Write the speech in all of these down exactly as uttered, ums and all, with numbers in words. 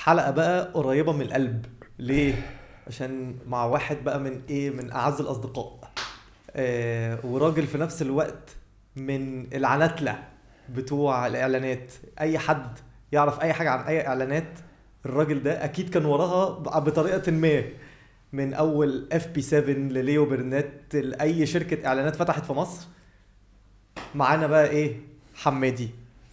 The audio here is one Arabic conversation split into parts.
حلقه بقى قريبه من القلب. ليه؟ عشان مع واحد بقى من ايه، من اعز الاصدقاء، آه وراجل في نفس الوقت من العناتله بتوع الاعلانات. اي حد يعرف اي حاجه عن اي اعلانات، الراجل ده اكيد كان وراها بطريقه ما، من اول اف بي سبعة لليو برنات لاي شركه اعلانات فتحت في مصر. معانا بقى ايه؟ حمادي.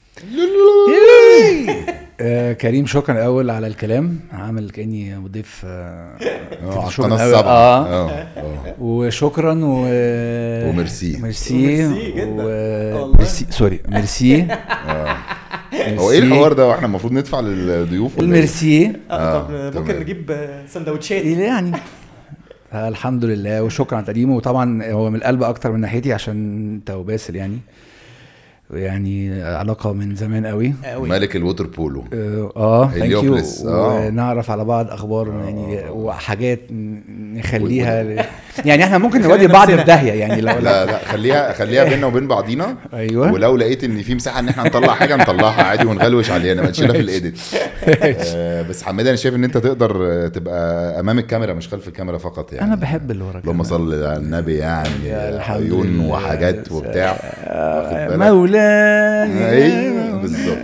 آه كريم، شكرا الاول على الكلام، عامل كاني مضيف اه في على الشغل القناه الأول. السابعه. اه اه اه وشكرا و... وميرسي. ميرسي وميرسي جدا. و... والله. ميرسي سوري ميرسي. اه هو ايه الحوار ده واحنا المفروض ندفع للضيوف ولا ايه؟ الميرسي آه طب آه، ممكن تمام. نجيب سندوتشات. يعني الحمد لله وشكرا على تقديمه، وطبعا هو من القلب اكتر من ناحيتي عشان انت وباسل يعني يعني علاقه من زمان قوي. قوي. ملك الووتر بولو. اه ثانك يو. هيليوبلس. آه. ونعرف على بعض اخبار آه. يعني وحاجات نخليها و- ل... يعني احنا ممكن نخلي نودي بعض نفسنا. في داهيه يعني لو لا لا خليها خليها بيننا وبين بعضينا. ايوه. ولو لقيت ان في مساحه ان احنا نطلع حاجه نطلعها عادي ونغلوش علينا، ما نشيلها في الايديت. آه بس حماده انا شايف ان انت تقدر آه، تبقى امام الكاميرا مش خلف الكاميرا فقط يعني. انا بحب اللي وراك. اللهم صل على النبي يعني. يا الحمد عيون لله. وحاجات وبتاع. واخد بالك؟ مولاي. ايوه بالظبط.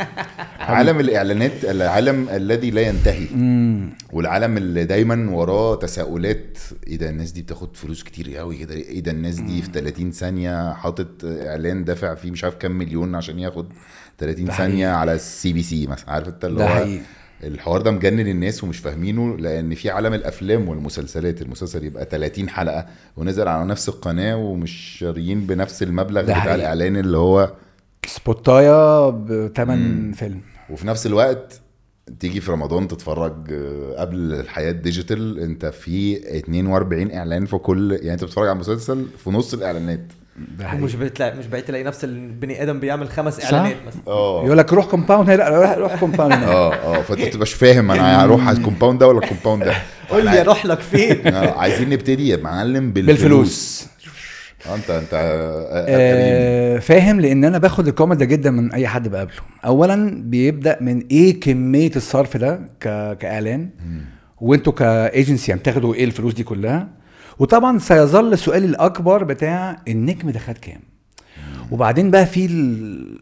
عالم الاعلانات العالم الذي لا ينتهي، والعالم اللي دايما وراه تساؤلات. ايه ده الناس دي بتاخد فلوس كتير قوي كده؟ ايه ده الناس دي في ثلاثين ثانيه حاطط اعلان دافع فيه مش عارف كام مليون عشان ياخد ثلاثين ثانيه على السي بي سي مثلا؟ عارف انت اللي ده هو حقيقي. الحوار ده مجنن الناس ومش فاهمينه، لان في عالم الافلام والمسلسلات المسلسل يبقى ثلاثين حلقه ونزل على نفس القناه ومش شاريين بنفس المبلغ ده بتاع حقيقي. الاعلان اللي هو سبوتايا بتمن فيلم. وفي نفس الوقت تيجي في رمضان تتفرج آه، قبل الحياة الديجيتال انت في اتنين واربعين اعلان في كل، يعني انت بتتفرج على مسلسل في نص الاعلانات. ده حقيقي. ومش بتلاقي مش بقيت تلاقي نفس البني ادم بيعمل خمس صح؟ اعلانات مثلا. اه يقول لك روح كومباوند هنا، لا روح كومباوند هنا. اه اه فانت بتبقاش فاهم انا هروح على الكومباوند ده ولا الكومباوند ده. قول لي اروح لك فين. آه، عايزين نبتدي يا معلم بالفلوس. بالفلوس. آه، انت انت آه، قريب. آه فاهم، لان انا باخد الكومنت ده جدا من اي حد بقابله. اولا بيبدا من ايه كميه الصرف ده ك... كاعلان، وانتوا كايجنسي يعني بتاخدوا ايه الفلوس دي كلها. وطبعا سيظل السؤال الاكبر بتاع النجم ده خد كام. وبعدين بقى في ال...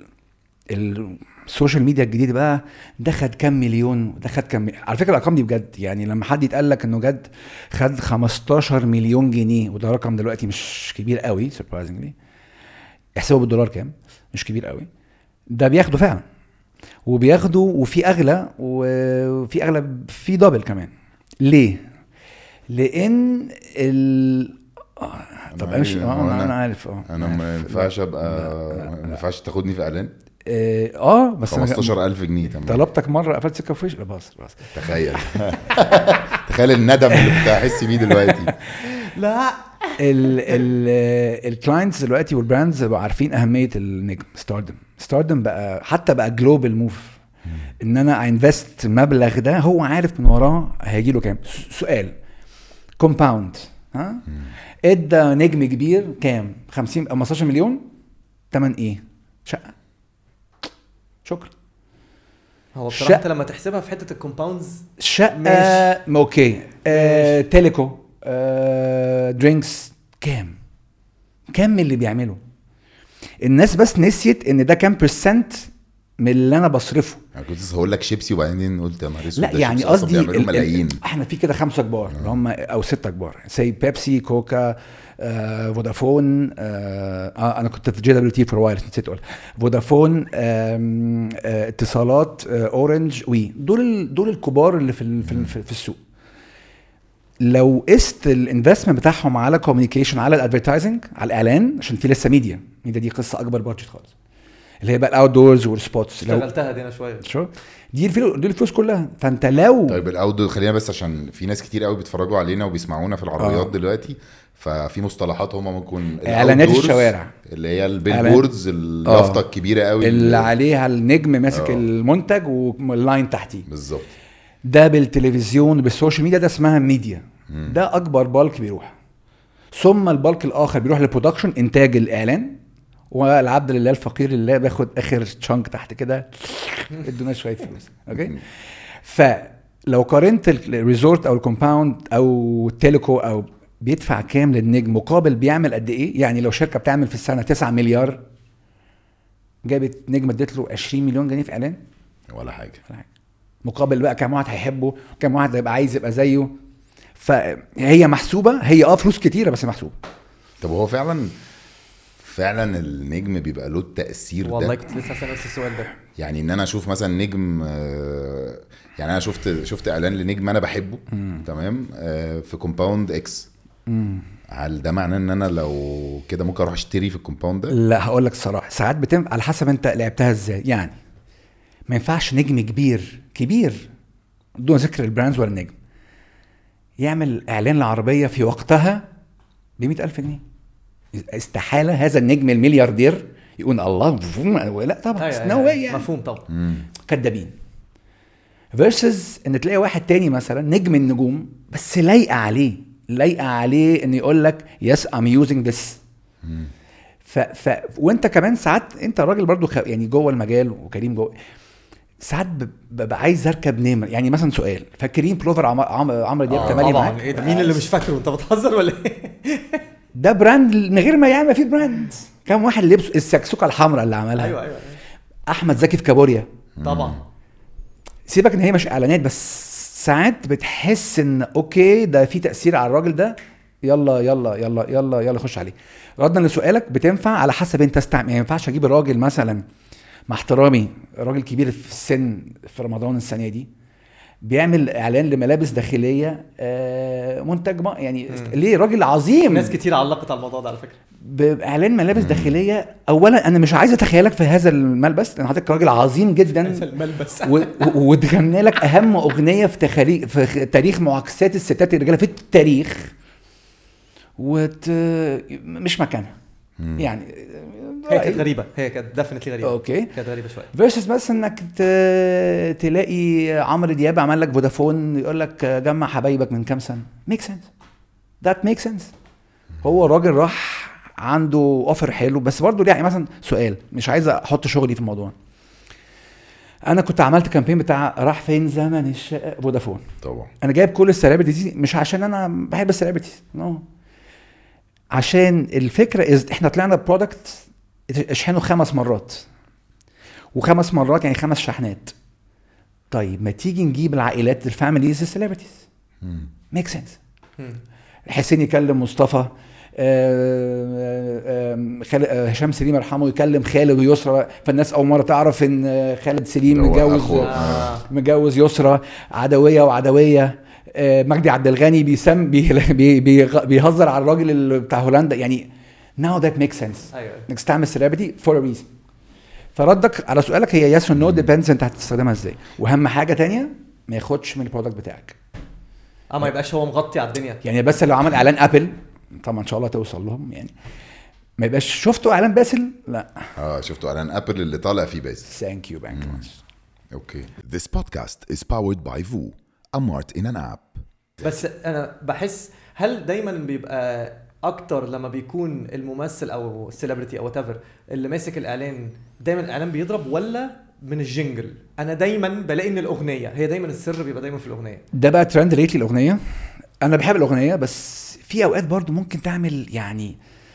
السوشيال ميديا الجديد بقى ده خد كام مليون، ده خد كام. على فكره الارقام دي بجد يعني لما حد يتقال لك انه جد خد خمستاشر مليون جنيه، وده رقم دلوقتي مش كبير قوي surprisingly، احسبه بالدولار كام، مش كبير قوي. ده بياخده فعلا وبياخده، وفي اغلى وفي اغلى في دبل كمان. ليه؟ لان ال آه طب أنا امشي. عارف- اه أنا- انا عارف. اه انا ما ينفعش ابقى ما ينفعش تاخدني في اعلان اه آه، بس أنا خمستاشر الف جنيه. تمام طلبتك مره قفلت سكه في وشي. لا بس بس تخيل. تخيل الندم اللي كنت هحس بيه دلوقتي. لا ال ال الكلاينتس دلوقتي والبراندز بقوا عارفين اهميه النجم. ستاردم ستاردم بقى حتى بقى جلوبال موف، ان انا انفست المبلغ ده هو عارف من وراه هيجي له كام. سؤال كومباوند ها ادى نجم كبير كام؟ خمسين خمستاشر مليون. تمن ايه؟ شقه. شكرا. هو بصراحه شق- انت لما تحسبها في حته الكومباوندز شقه ماشي. اوكي. آه تيليكو آه درينكس كام؟ كام من اللي بيعمله؟ الناس بس نسيت ان ده كام برسنت من اللي انا بصرفه. انا كنت لسه هقول لك شيبسي وبعدين قلت يا نهار اسود لا ده يعني شيبسي أصلاً قصدي بيعملوا ملايين. احنا في كده خمسه كبار اللي هم او سته كبار زي بيبسي كوكا آه، فودافون آه, اه انا كنت في جي دبليو تي فور وايل نسيت اقول فودافون آه آه اتصالات آه اورنج وي دول ال- دول الكبار اللي في ال- في, ال- في, في السوق. لو قست الانفستمنت بتاعهم على كوميونيكيشن على الادفيرتايزنج على الاعلان، عشان في لسه ميديا ميديا دي قصه اكبر بادجت خالص اللي هي بقى الاوت دورز والسبوتس. لو اشتغلتها دي انا شويه. شو دي الفلوس دي الفلوس كلها. فانت لو طيب الاودو خلينا بس عشان في ناس كتير قوي بيتفرجوا علينا وبيسمعونا في العربيات آه. دلوقتي، ففي مصطلحات هم ممكن إعلانات الoutdoors الشوارع. اللي هي البيلبوردز اليافطه آه. الكبيره قوي اللي عليها النجم ماسك آه. المنتج واللاين تحتيه. بالظبط. ده بالتلفزيون بالسوشيال ميديا ده اسمها ميديا. ده اكبر بالك بيروح، ثم البالك الاخر بيروح للبرودكشن انتاج الاعلان، والعبد لله الفقير اللي باخد اخر تشانك تحت كده ادونا شويه فلوس. اوكي فلو قارنت الريزورت او الكومباوند او التيليكو او بيدفع كام للنجم مقابل بيعمل قد ايه، يعني لو شركه بتعمل في السنه تسعة مليار جابت نجم اديت له عشرين مليون جنيه في اعلان ولا حاجه، مقابل بقى كام واحد هيحبه كام واحد هيبقى عايز يبقى زيه. فهي محسوبه، هي اه فلوس كتيره بس محسوبه. طب هو فعلا فعلا النجم بيبقى له التأثير ده؟ والله كنت لسه هسأل نفس السؤال ده. يعني ان انا اشوف مثلا نجم، يعني انا شفت شفت اعلان لنجم انا بحبه مم. تمام في كومباوند اكس، هل ده معناه ان انا لو كده ممكن اروح اشتري في الكومباوند ده؟ لا هقول لك الصراحه، ساعات بتنفع على حسب انت لعبتها ازاي. يعني ما ينفعش نجم كبير كبير دون ذكر البراندز ولا النجم يعمل اعلان لعربيه في وقتها ب مئة ألف جنيه. استحاله هذا النجم الملياردير يقول الله لا طبعا نو واي يعني. مفهوم طبعا. كدابين. فيرسز ان تلاقي واحد تاني مثلا نجم النجوم بس لايقه عليه لايقه عليه ان يقول لك يس ام يوزنج ذس. ف ف وانت كمان ساعات انت راجل برضو خ... يعني جوه المجال وكريم جوه، ساعات ببقى عايز اركب نمر. يعني مثلا سؤال، فاكرين بلوفر عم... عم... عمرو دياب تملي معاك؟ ايه ده؟ مين اللي مش فاكره؟ انت بتهزر ولا ايه؟ ده براند من غير ما يعمل فيه براند. كم واحد لبس السكسوكه الحمراء اللي عملها. ايوه ايوه. احمد زكي في كابوريا طبعا. سيبك ان هي مش اعلانات، بس ساعات بتحس ان اوكي ده في تاثير على الراجل ده، يلا يلا يلا يلا يلا خش عليه. ردا لسؤالك، بتنفع على حسب انت استعمل. يعني ما ينفعش اجيب الراجل مثلا، مع احترامي راجل كبير في السن في رمضان السنه دي بيعمل اعلان لملابس داخليه منتج ما يعني مم. ليه راجل عظيم. ناس كتير علقت على الموضوع ده على فكره باعلان ملابس مم. داخليه. اولا انا مش عايز اتخيلك في هذا الملبس، انا حضرتك راجل عظيم جدا الملبس وتغني لك اهم اغنيه في تخليق في تاريخ معاكسات الستات الرجاله في التاريخ وت... مش مكانها. مم. يعني هي كانت غريبه، هي كانت ديفينتلي غريبه. اوكي كانت غريبه شويه. فيرسس بس انك ت... تلاقي عمرو دياب عمل لك فودافون يقول لك جمع حبايبك من كام سنه. ميك سنس، ذات ميك سنس. هو راجل راح عنده اوفر حلو، بس برضه يعني مثلا سؤال، مش عايز احط شغلي في الموضوع. انا كنت عملت كامبين بتاع راح فين زمن الشقه فودافون طبعا. انا جايب كل السليبرتيز دي مش عشان انا بحب السليبرتيز، نو no. عشان الفكره إز... احنا طلعنا برودكت اشحنه خمس مرات وخمس مرات يعني خمس شحنات. طيب ما تيجي نجيب العائلات الفاميليز السليبرتيز، ميك سنس. حسين يكلم مصطفى، هشام سليم يرحمه يكلم خالد ويسرى، فالناس اول مره تعرف ان خالد سليم متجوز آه. متجوز يسرى. عدويه وعدويه. مجدي عبد الغني بيسم بي بي بي بيهزر على الراجل اللي بتاع هولندا. يعني now that makes sense. ايوه انك تستعمل celebrity for a reason. فردك على سؤالك هي yes or no depends انت هتستخدمها ازاي. واهم حاجه تانية ما ياخدش من البرودكت بتاعك، اه ما يبقاش هو مغطي على الدنيا. يعني بس لو عمل اعلان ابل طبعا ان شاء الله توصل لهم، يعني ما يبقاش شفتوا اعلان باسل. لا اه شفتوا اعلان ابل اللي طالع فيه باسل. ثانك يو بانك. اوكي. This podcast is powered by Voo, a mart in an app. بس انا بحس هل دايما بيبقى اكتر لما بيكون الممثل او السيلبرتي او whatever اللي ماسك الاعلان دايما الاعلان بيضرب، ولا من الجينجل؟ انا دايما بلاقي ان الاغنيه هي دايما السر بيبقى دايما في الاغنيه. ده بقى ترند ليتلي الاغنيه. انا بحب الاغنيه بس في اوقات برضو ممكن تعمل يعني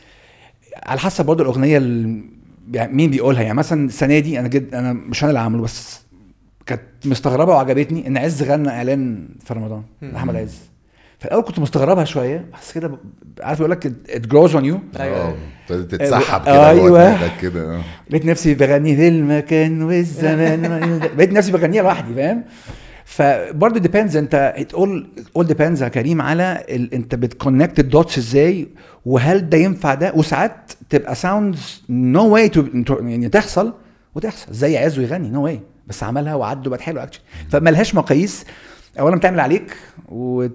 على حسب برضو الاغنيه يعني مين بيقولها. يعني مثلا السنه دي انا جد انا مش انا اللي عامله بس كانت مستغربه وعجبتني ان عز غنى اعلان في رمضان احمد عز. فالاول كنت مستغربها شويه بس كده عارف يقول لك it grows on you. ايوه تتسحب كده. ايوه كده. لقيت نفسي بغني في المكان والزمان بقيت نفسي بغنيها لوحدي فاهم. فبرضه ديبيندز انت it all all depends يا كريم على ال... انت بتكونكت الدوتس ازاي، وهل ده ينفع ده. وساعات تبقى ساوندز نو واي تو يعني تحصل وتحصل زي عز ويغني نو واي بس عملها وعدوا بقت حلوه اكشن. فملهاش مقاييس. اولا بتعمل عليك و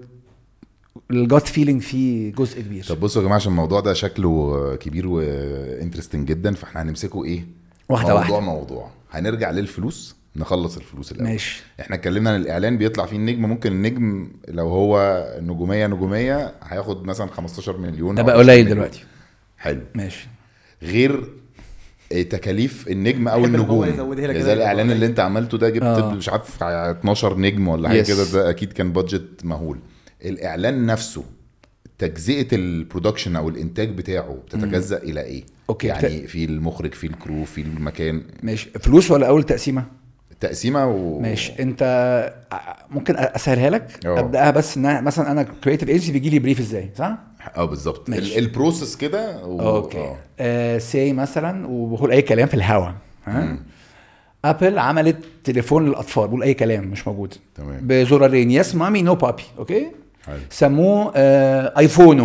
الجات فيلينج فيه جزء كبير. طب بصوا يا جماعه عشان الموضوع ده شكله كبير وانترستنج جدا، فاحنا هنمسكه ايه واحده موضوع واحده موضوع هنرجع للفلوس نخلص الفلوس الاول. ماشي. احنا اتكلمنا عن الاعلان بيطلع فيه النجم، ممكن النجم لو هو نجوميه نجوميه هياخد مثلا خمستاشر مليون ده بقى قليل دلوقتي. حلو ماشي. غير تكاليف النجم او بحب إن هو النجوم. يزودها لك زي كده الاعلان يبقى اللي انت عملته ده جبت آه. مش عارف اتناشر نجم ولا حاجه Yes. كده، ده اكيد كان بادجت مهول. الاعلان نفسه تجزئه البرودكشن او الانتاج بتاعه بتتجزأ مم. الى ايه؟ أوكي. يعني في المخرج، في الكرو، في المكان. ماشي. فلوس ولا اول تقسيمه؟ تقسيمه و... ماشي. انت ممكن اسهلها لك. أوه. ابداها بس ان مثلا انا كرييتيف ايجنسي بيجي لي بريف ازاي، صح؟ اه بالظبط. ماشي. ال- البروسيس كده و... اوكي. آه سي مثلا، وبقول اي كلام في الهوا، ها. مم. ابل عملت تليفون للاطفال، بقول اي كلام مش موجود، تمام. بزرارين، يس مامي نو بابي. اوكي. حلو. سموه آه ايفونو.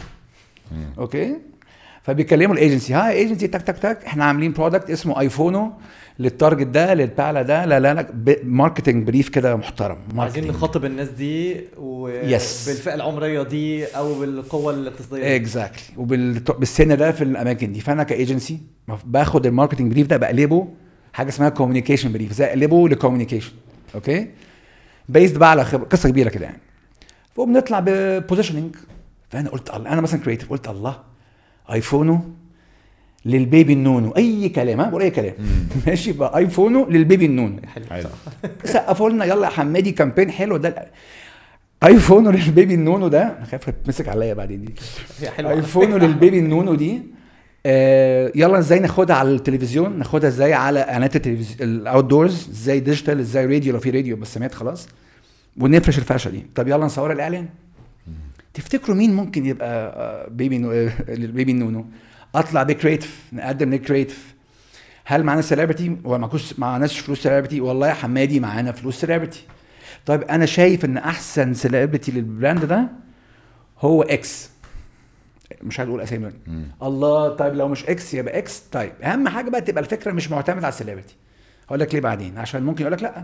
اوكي. فبيكلموا الايجنسي، ها ايجنسي تك تك تك، احنا عاملين برودكت اسمه ايفونو للتارجت ده، للبعلة ده، لا لا لا، ماركتنج بريف كده محترم. عايزين نخاطب الناس دي Yes. وبالفئه العمريه دي او بالقوه الاقتصاديه. اكزاكتلي. وبالسن ده في الاماكن دي. فانا كايجنسي باخد الماركتنج بريف ده بقلبه حاجه اسمها كوميونيكيشن بريف، زي اقلبه لكوميونيكيشن. اوكي. بيزد بقى على خبر... قصه كبيره كده يعني. وبنطلع ببوزيشننج. فانا قلت الله، انا مثلا كريتيف، قلت الله ايفونو للبيبي النونو، اي كلام، ها بقول اي كلام. ماشي بقى ايفونو للبيبي النونو. حلو. سقفوا لنا، يلا يا حمادي كامبين حلو ده. ايفونو للبيبي النونو ده، انا خايف تمسك عليا بعدين دي. هي حلوه. ايفونو للبيبي النونو دي، آه يلا ازاي ناخدها على التلفزيون، ناخدها ازاي على اعلانات التلفزيون الاوت دورز، ازاي ديجيتال، ازاي راديو لو في راديو بس سمعت خلاص، ونفرش الفرشه دي. طب يلا نصور الاعلان. تفتكروا مين ممكن يبقى آه بيبي نو... آه البيبي النونو؟ اطلع بكريتيف، نقدم لكريتيف. هل معانا سيلبرتي ولا معكوش معناش فلوس سيلبرتي؟ والله يا حمادي معانا فلوس سيلبرتي. طيب انا شايف ان احسن سيلبرتي للبراند ده هو اكس، مش عايز اقول اسامي. الله. طيب لو مش اكس يبقى اكس. طيب اهم حاجه بقى تبقى الفكره مش معتمده على السيلبرتي. هقول لك ليه بعدين، عشان ممكن يقول لك لا،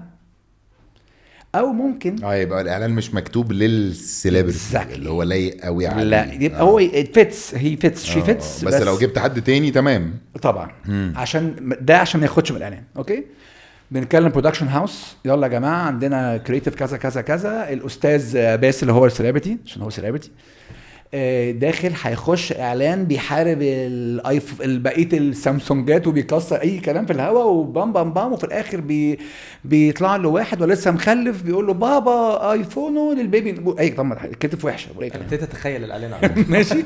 او ممكن اه يبقى الاعلان مش مكتوب للسيلبرتي Exactly. اللي هو لايق قوي عليه. لا يبقى آه. هو فيتس، هي فيتس، شي فيتس. بس, بس لو جبت حد تاني تمام طبعا. مم. عشان ده عشان ما ياخدش من الاعلان. اوكي. بنتكلم برودكشن هاوس، يلا يا جماعه عندنا كرييتيف كذا كذا كذا، الاستاذ باسل اللي هو السيلبرتي عشان هو سيلبرتي داخل هيخش اعلان بيحارب الايف بقيه السامسونجات وبيكسر اي كلام في الهواء وبام بام بام، وفي الاخر بي بيطلع له واحد ولسه مخلف بيقول له بابا ايفونو للبيبي. اي طبعا كتف وحشه. ابتديت اتخيل الاعلان. ماشي.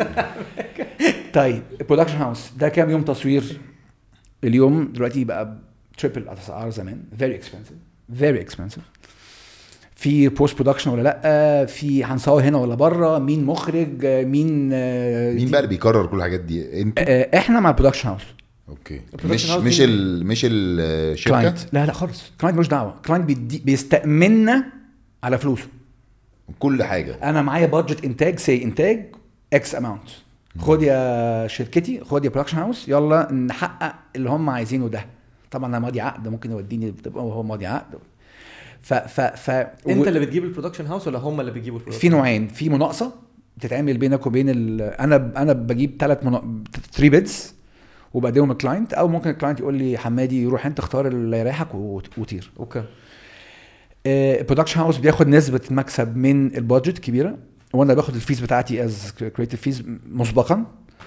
طيب البرودكشن هاوس ده كام يوم تصوير؟ اليوم دلوقتي بقى تريبل اسعار زمان. فيري اكسبنسيف، فيري اكسبنسيف. في بوست برودكشن ولا لا، في هنصور هنا ولا بره، مين مخرج، مين مين بقى اللي بيقرر كل الحاجات دي؟ انتوا؟ احنا مع البرودكشن هاوس. اوكي. مش مش ال مش الشركه. كلاينت. لا لا خالص، كلاينت ملوش دعوه. كلاينت بيستأمننا على فلوسه كل حاجه. انا معايا بادجت انتاج، سي انتاج اكس اماونت، خد يا شركتي، خد يا برودكشن هاوس، يلا نحقق اللي هم عايزينه ده. طبعا انا ماضي عقد، ممكن يوديني تبقى هو ماضي عقد. ف ف ف انت اللي بتجيب البرودكشن هاوس ولا هم اللي بيجيبوا البرودكشن؟ في نوعين، في مناقصه بتتعمل بينك وبين ال... انا انا بجيب ثلاث منا... ثلاثة بيدز وبقدمهم الكلاينت، او ممكن الكلاينت يقول لي حمادي روح انت اختار اللي يريحك وطير. اوكي. البرودكشن هاوس بياخد نسبه مكسب من البادجت كبيره، وانا باخد الفيز بتاعتي از كرييتيف فيز مسبقا،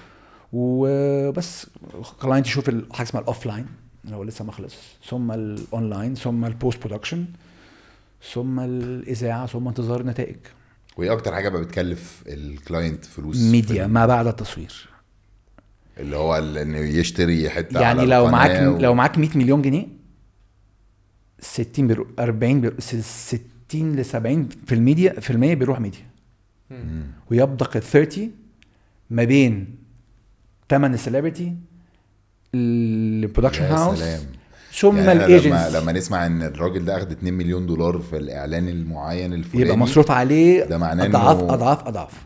وبس الكلاينت يشوف حاجه اسمها الاوف لاين اللي هو لسه ما خلص، ثم الاونلاين، ثم البوست برودكشن، ثم الاذاعه، ثم انتظار النتائج. وايه اكتر حاجه بقى بتكلف الكلاينت فلوس؟ ميديا ما بعد التصوير، اللي هو انه يشتري حته يعني على لو معاك و... لو معاك مية مليون جنيه، ستين بيرو... أربعين بيرو... ستين ل سبعين في الميديا في المية بيروح ميديا، ويبقى ثلاثين ما بين ثمن السيلبرتي، البرودكشن هاوس، ثم يعني الايجنسي. لما, لما نسمع ان الراجل ده اخد اتنين مليون دولار في الاعلان المعين الفلاني، يبقى مصروف عليه ده معناه اضعاف إنه... اضعاف اضعاف.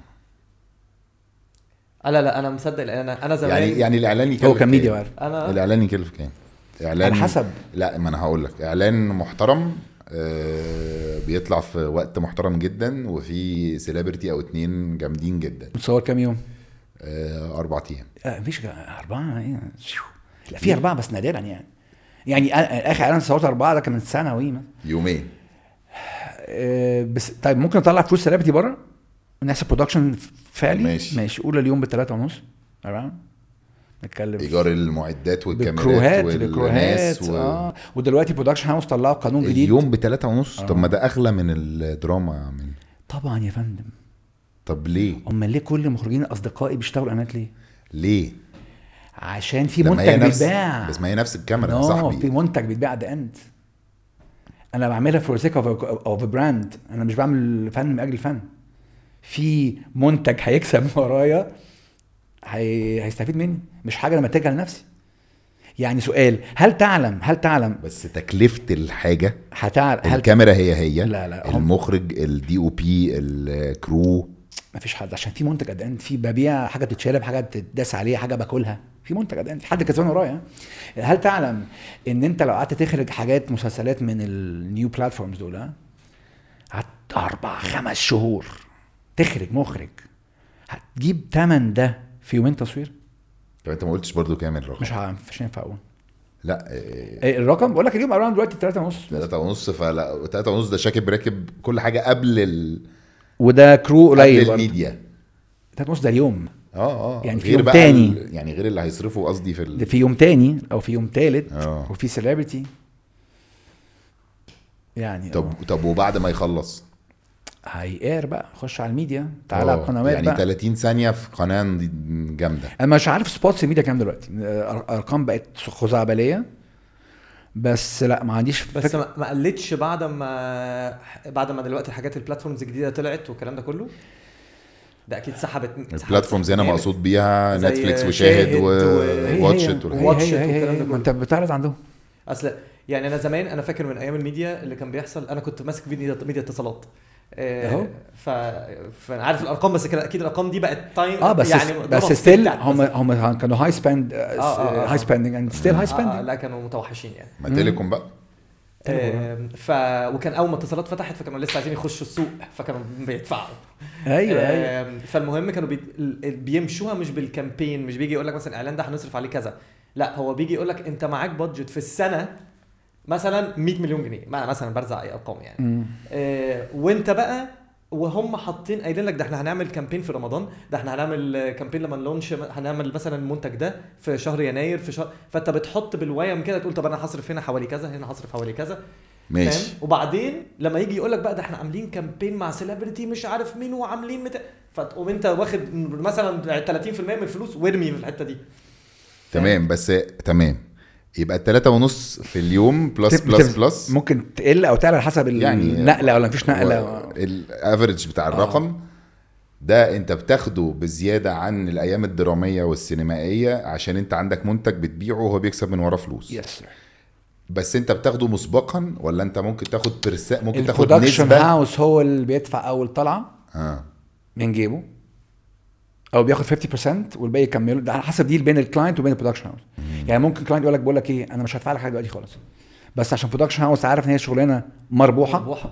لا لا انا مصدق. انا انا زمان يعني يعني الاعلان يكلف هو كان ميديا عارف. انا الاعلان يكلف كام؟ اعلان على حسب. لا ما انا هقول لك، اعلان محترم آه بيطلع في وقت محترم جدا، وفي سيلبرتي او اتنين جامدين جدا. متصور كام يوم؟ آه اربع ايام. آه مفيش اربعه ايه؟ لا في اربعه بس نادرا يعني. يعني اخر اعلان صورت اربعه ده كان من سنه وي يومين. آه بس طيب ممكن نطلع فلوس سيلبرتي بره ونحسب برودكشن فعلي. ماشي ماشي. قول اليوم بثلاثة ونص أربعة نتكلم ايجار المعدات والكاميرات بالكروهات والناس بالكروهات و... اه ودلوقتي برودكشن هاوس طلعوا قانون جديد اليوم بتلاتة ونص. آه. طب ما ده اغلى من الدراما من... طبعا يا فندم. طب ليه امال ليه كل المخرجين اصدقائي بيشتغلوا اعلانات ليه؟ ليه عشان في لما هي منتج نفس... بيتباع. بس ما هي نفس الكاميرا يا no, صاحبي. في منتج بيتباع ذا اند. انا بعملها فور سيك اوف براند، انا مش بعمل فن من اجل الفن. في منتج هيكسب ورايا، هي... هيستفيد مني، مش حاجه انا منتجها لنفسي. يعني سؤال، هل تعلم هل تعلم بس تكلفة الحاجة هتعلم هل الكاميرا هي هي لا لا هم... المخرج الدي او بي الكرو مفيش حد، عشان في منتج قد اند، في ببيع حاجه بتتشرب، حاجه بتداس عليها، حاجه باكلها، في منتج قد اند، في حد كسبان ورايا. هل تعلم ان انت لو قعدت تخرج حاجات مسلسلات من النيو بلاتفورمز دول هت اربع خمس شهور تخرج مخرج هتجيب تمن ده في يومين تصوير؟ طب انت ما قلتش برضو كام الرقم؟ مش عارف، مش هينفع اقول. لا إيه الرقم؟ بقول لك اليوم اراوند دلوقتي ثلاثة ونص. ثلاثة ونص. فلا ثلاثة ونص ده شاكب راكب كل حاجه قبل ال... وده كرو قليل قبل الميديا. ثلاثة ونص ده اليوم. اه اه يعني في غير يوم بقى تاني ال... يعني غير اللي هيصرفوا قصدي في ال... ده في يوم تاني او في يوم ثالث اه وفي سيلبرتي يعني. طب أوه. طب وبعد ما يخلص هيقار بقى، خش على الميديا، تعالى على القنوات يعني بقى. ثلاثين ثانيه في قناه جامده. انا مش عارف سبوتس الميديا كام دلوقتي، ارقام بقت خزعبليه، بس لا ما عنديش بس فكرة. ما ما قلتش بعد ما بعد ما دلوقتي الحاجات البلاتفورمز الجديده طلعت والكلام ده كله، ده اكيد سحبت. البلاتفورمز هنا مقصود بيها زي نتفليكس وشاهد شاهد وواتشت هي والحاجات واتشت هي هي والكلام هي ده ما كله. انت بتعرض عندهم. اصل يعني انا زمان انا فاكر من ايام الميديا اللي كان بيحصل، انا كنت ماسك فيديو ميديا اتصالات اهو. ف فانا عارف الارقام، بس كده اكيد الارقام دي بقت تايم اه بس يعني بس ستيل هم هم كانوا هاي سبند هاي سبندنج اند ستيل هاي سبندنج. لا كانوا متوحشين يعني. ما تيليكوم بقى. آه ف وكان اول ما اتصالات فتحت فكانوا لسه عايزين يخشوا السوق فكانوا بيدفعوا. ايوه آه ايوه. فالمهم كانوا بي... بيمشوها مش بالكامبين، مش بيجي يقول لك مثلا اعلان ده هنصرف عليه كذا، لا هو بيجي يقول لك انت معاك بادجت في السنه مثلا مية مليون جنيه مثلا، برزع اي ارقام يعني. آه وانت بقى وهم حاطين قايلين لك ده احنا هنعمل كامبين في رمضان، ده احنا هنعمل كامبين لما نلونش، هنعمل مثلا المنتج ده في شهر يناير في شهر، فانت بتحط بالويم كده تقول طب انا هصرف هنا حوالي كذا، هنا هصرف حوالي كذا، ماشي. وبعدين لما يجي يقول لك بقى ده احنا عاملين كامبين مع سيلبرتي مش عارف مين وعاملين مت... فتقوم انت واخد مثلا ثلاثين بالمية من الفلوس وارمي في الحته دي. تمام بس تمام يبقى الثلاثة ونص في اليوم بلس بلس بلس ممكن تقل او تعلى حسب يعني النقله ولا مفيش نقله. الافريج بتاع الرقم آه. ده انت بتاخده بزياده عن الايام الدراميه والسينمائيه عشان انت عندك منتج بتبيعه وهو بيكسب من ورا فلوس. يس. بس انت بتاخده مسبقا ولا انت ممكن تاخد برسا ممكن تاخد نسبه؟ البرودكشن هاوس هو اللي بيدفع اول طلعه اه من جيبه او بياخد خمسين بالمية والباقي يكمله، ده على حسب ديل بين الكلاينت وبين البرودكشن هاوس. يعني ممكن كلاينت يقول لك بقول لك ايه انا مش هدفع لك حاجه دلوقتي خالص، بس عشان برودكشن هاوس عارف ان هي شغلانه مربوحه, مربوحة.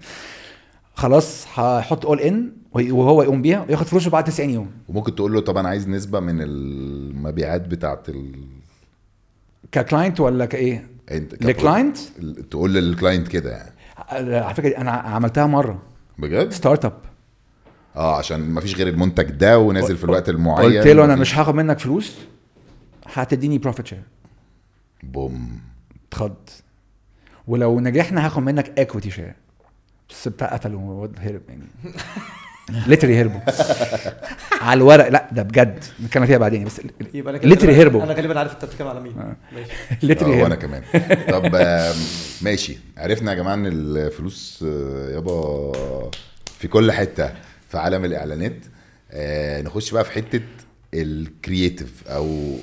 خلاص هحط اول ان وهو يقوم بيها وياخد فلوسه بعد تسعين يوم. وممكن تقول له طب انا عايز نسبه من المبيعات بتاعه ال... ككلاينت ولا كايه؟ انت لكلاينت تقول للكلاينت كده يعني. على فكره انا عملتها مره بجد ستارت اب اه عشان ما فيش غير المنتج ده ونازل في الوقت المعين. قلت له انا مش هاخد منك فلوس، هتديني بروفيت شير. بوم اتخض. ولو نجحنا هاخد منك اكويتي شير. بس بتاع قتل وهرب يعني ليتري هربوا على الورق. لا ده بجد نتكلم فيها بعدين، بس ليتري هربوا. انا غالبا عارف انت بتتكلم على مين. ماشي ليتري هربوا وانا كمان. طب ماشي عرفنا يا جماعه ان الفلوس يابا في كل حته في عالم الاعلانات. آه نخش بقى في حته الكرييتيف او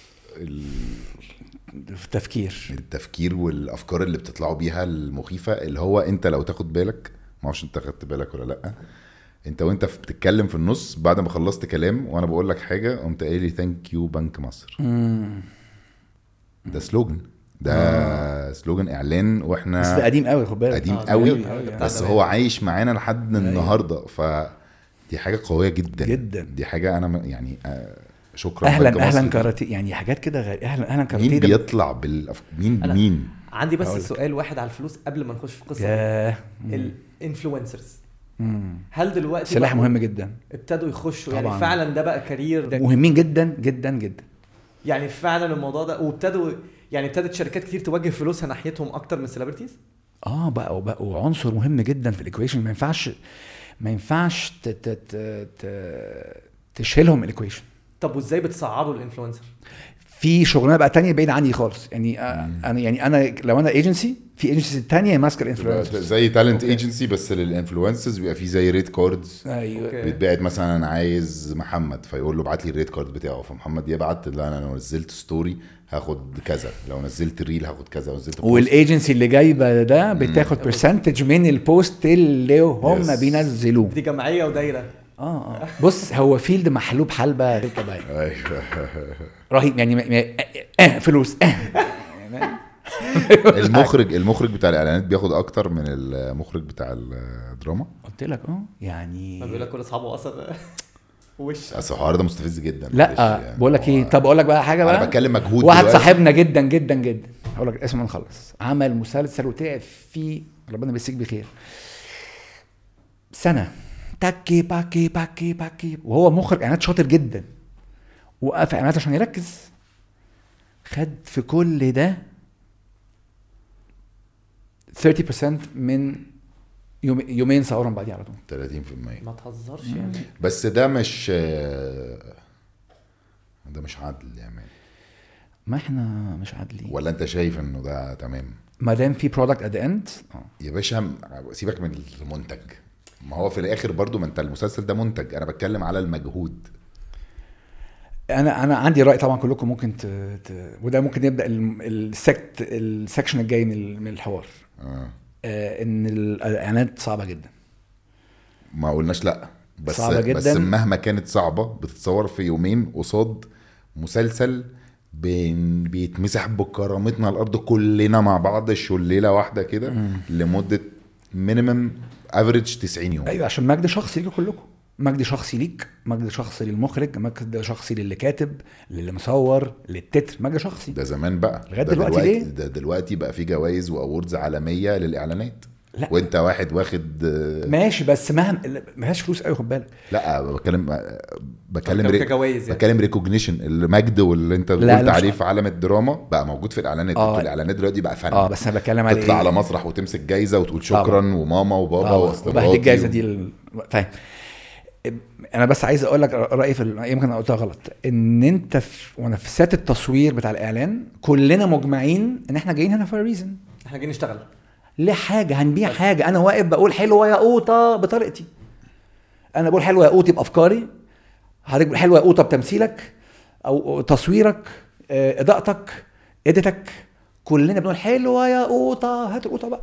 التفكير التفكير والافكار اللي بتطلعوا بيها المخيفه، اللي هو انت لو تاخد بالك ما اعرفش انت خدت بالك ولا لا، انت وانت بتتكلم في النص بعد ما خلصت كلام وانا بقول لك حاجه قمت قايل لي ثانك يو بنك مصر. مم. ده سلوجن، ده آه. سلوجن اعلان واحنا بس قديم قوي خد بالك، قديم آه قوي يعني. بس هو عايش معانا لحد النهارده، فدي حاجه قويه جدا جدا. دي حاجه انا يعني آه شكرا. اهلا اهلا كاراتيه يعني حاجات كده غير اهلا اهلا كاراتيه. مين بيطلع بالأف... مين بمين؟ عندي بس سؤال واحد على الفلوس قبل ما نخش في القصه. الانفلونسرز هل دلوقتي سلاح مهم جدا ابتدوا يخشوا طبعاً. يعني فعلا ده بقى كارير ده مهمين جدا جدا جدا يعني فعلا الموضوع ده، وابتدوا يعني ابتدت شركات كتير توجه فلوسها ناحيتهم اكتر من السيلبرتيز. اه بقى وبقوا عنصر مهم جدا في الايكويشن. ما ينفعش ما ينفعش ت- ت- ت- ت- تشيلهم الايكويشن. طب وازاي بتصعدوا الانفلونسر؟ في شغلانه بقى تانية بعيد عني خالص يعني. آه، انا يعني انا لو انا ايجنسي، في ايجنسي تانية ماسكه الانفلونسرز. زي تالنت أوكي. ايجنسي بس للانفلونسرز بيبقى في زي ريت كاردز ايوه أوكي. بيتبعت. مثلا انا عايز محمد، فيقول له ابعت لي الريت كارد بتاعه، فمحمد يبعت لا انا لو نزلت ستوري هاخد كذا، لو نزلت ريل هاخد كذا، لو نزلت بوست. والايجنسي اللي جايبه ده بتاخد برسنتج من البوست اللي هم Yes. بينزلوه. دي جمعيه ودايره. اه اه بص هو فيلد محلوب حلبة غير طبيعي ايوه رهيب يعني, يعني آه فلوس آه. المخرج المخرج بتاع الاعلانات بياخد اكتر من المخرج بتاع الدراما. قلت لك اه يعني ما بيقول لك كل اصحابه اصلا وش. بس الحوار ده مستفز جدا. لا يعني بقول لك ايه، طب اقول لك بقى حاجه بقى. انا بتكلم مجهود واحد دلوقتي. صاحبنا جدا جدا جدا هقول لك اسمه نخلص، عمل مسلسل وتعب فيه ربنا يمسيك بخير سنه تاكي باكي باكي باكي، وهو مخرج اعلانات شاطر جدا، وقف اعلانات عشان يركز، خد في كل ده ثلاثين بالمية من يوم يومين صورهم بعدين على طول. ثلاثين بالمية ما تهزرش يعني. بس ده مش ده مش عدل يعني. ما احنا مش عادلين ولا انت شايف انه ده تمام؟ ما دام في برودكت ات ذا اند يا باشا سيبك من المنتج، ما هو في الاخر برضو ما انت المسلسل ده منتج، انا بتكلم على المجهود. انا انا عندي راي طبعا كلكم ممكن ت... ت... وده ممكن يبدا السكت السكشن الجاي من من الحوار. آه. آه ان الاعلانات صعبه جدا. ما قلناش لا، بس صعبة جداً. بس مهما كانت صعبه بتتصور في يومين قصاد مسلسل بين بيتمسح بكرامتنا الارض كلنا مع بعض شليله واحده كده لمده مينيمم افريج تسعين يوم. ايوه عشان مجد شخصي ليكم كلكم، مجد شخصي ليك، مجد شخصي للمخرج، مجد شخصي للي كاتب، للي مصور، للتتر، مجد شخصي. ده زمان بقى، لغاية ده دلوقتي دلوقتي ليه؟ ده دلوقتي بقى في جوائز واوردز عالميه للاعلانات. لا. وانت واحد واخد آه، ماشي بس مهما ما فيهاش فلوس قوي خد بالك. لا بتكلم بكلم كجو- ري... كجوايز يعني. بكلم ريكوجنيشن المجد واللي انت لا، قلت لا، عليه مش- في عالم الدراما بقى موجود في الاعلانات. آه. آه. الاعلانات دلوقتي بقى فن. اه بس انا بتكلم على تطلع ايه؟ على مسرح وتمسك جايزه وتقول شكرا طبعا. وماما وبابا اه واصل وبهدي مراتي الجايزه و- دي ال... فاهم. انا بس عايز اقول لك رايي في ال... يمكن انا قلتها غلط، ان انت في... وانا في سات التصوير بتاع الاعلان كلنا مجمعين ان احنا جايين هنا فور ريزن، احنا جايين نشتغل. لحاجه هنبيع حاجه. انا واقف بقول حلوه يا قوطه بطريقتي، انا بقول حلوه يا قوطي بافكاري، حضرتك بقول حلوه يا قوطه بتمثيلك او تصويرك، آه، اضاءتك، اديتك، كلنا بنقول حلوه يا قوطه، هات القوطه بقى.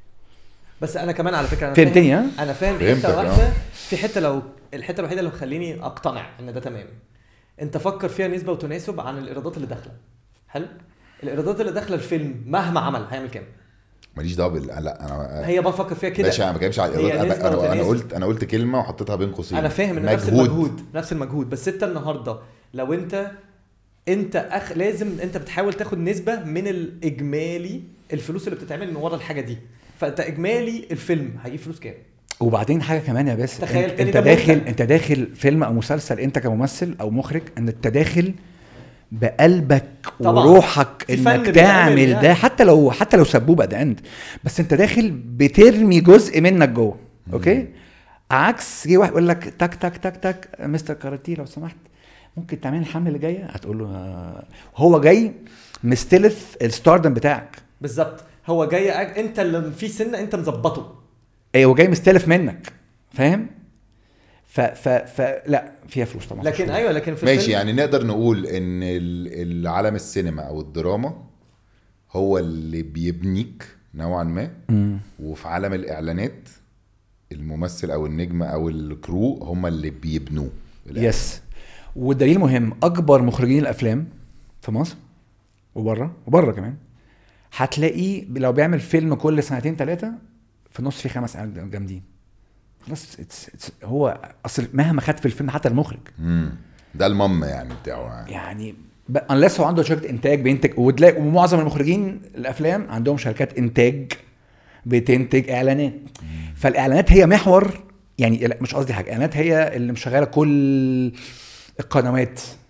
بس انا كمان على فكره انا فهمتني، فاهم- ها؟ انا فاهم فهمتك، حته آه. واحده في حته، لو الحته الوحيده اللي مخليني اقتنع ان ده تمام، انت فكر فيها نسبه وتناسب عن الايرادات اللي داخله. حلو. الايرادات اللي داخله الفيلم مهما عمل هيعمل كام؟ ماليش دعوه بال... لا انا هي بفكر فيها كده. باشا انا ما بتكلمش على هي الايرادات. نسبة انا انا, أنا وتناسب. قلت انا قلت كلمه وحطيتها بين قوسين. انا فاهم ان نفس المجهود نفس المجهود بس انت النهارده لو انت انت أخ... لازم انت بتحاول تاخد نسبه من الاجمالي الفلوس اللي بتتعمل من ورا الحاجه دي، فانت اجمالي الفيلم هيجيب فلوس كام؟ وبعدين حاجه كمان يا باسم، تخيل انت, تاني انت ده داخل منتج. انت داخل فيلم او مسلسل، انت كممثل او مخرج ان انت داخل بقلبك طبعاً. وروحك في فن انك بيتعمل تعمل يعني. ده، حتى لو حتى لو سبوبه ده اند، بس انت داخل بترمي جزء منك جوه. اوكي. عكس جه واحد يقول لك تك تك تك تك مستر كاراتي لو سمحت ممكن تعمل الحمله اللي جايه، هتقول له آه. هو جاي مستلف الستاردم بتاعك. بالظبط. هو جاي أج... انت اللي في سنه انت مظبطه. ايوه جاي مستلف منك، فاهم؟ ف ف ف لا فيها فلوس طبعا. لكن فلوس. ايوه لكن في ماشي الفيلم يعني نقدر نقول ان ال- العالم السينما او الدراما هو اللي بيبنيك نوعا ما، مم. وفي عالم الاعلانات الممثل او النجم او الكرو هم اللي بيبنوه. يس. والدليل مهم، اكبر مخرجين الافلام في مصر وبره وبره كمان هتلاقيه لو بيعمل فيلم كل سنتين ثلاثه في النص في خمس اعلانات جامدين خلاص. it's, it's هو اصل مهما خد في الفيلم حتى المخرج امم ده المم يعني بتاعه. يعني انلس هو عنده شركه انتاج بينتج، وتلاقي ومعظم المخرجين الافلام عندهم شركات انتاج بتنتج اعلانات. فالاعلانات هي محور يعني، لا مش قصدي حاجه، الاعلانات هي اللي مشغله كل القنوات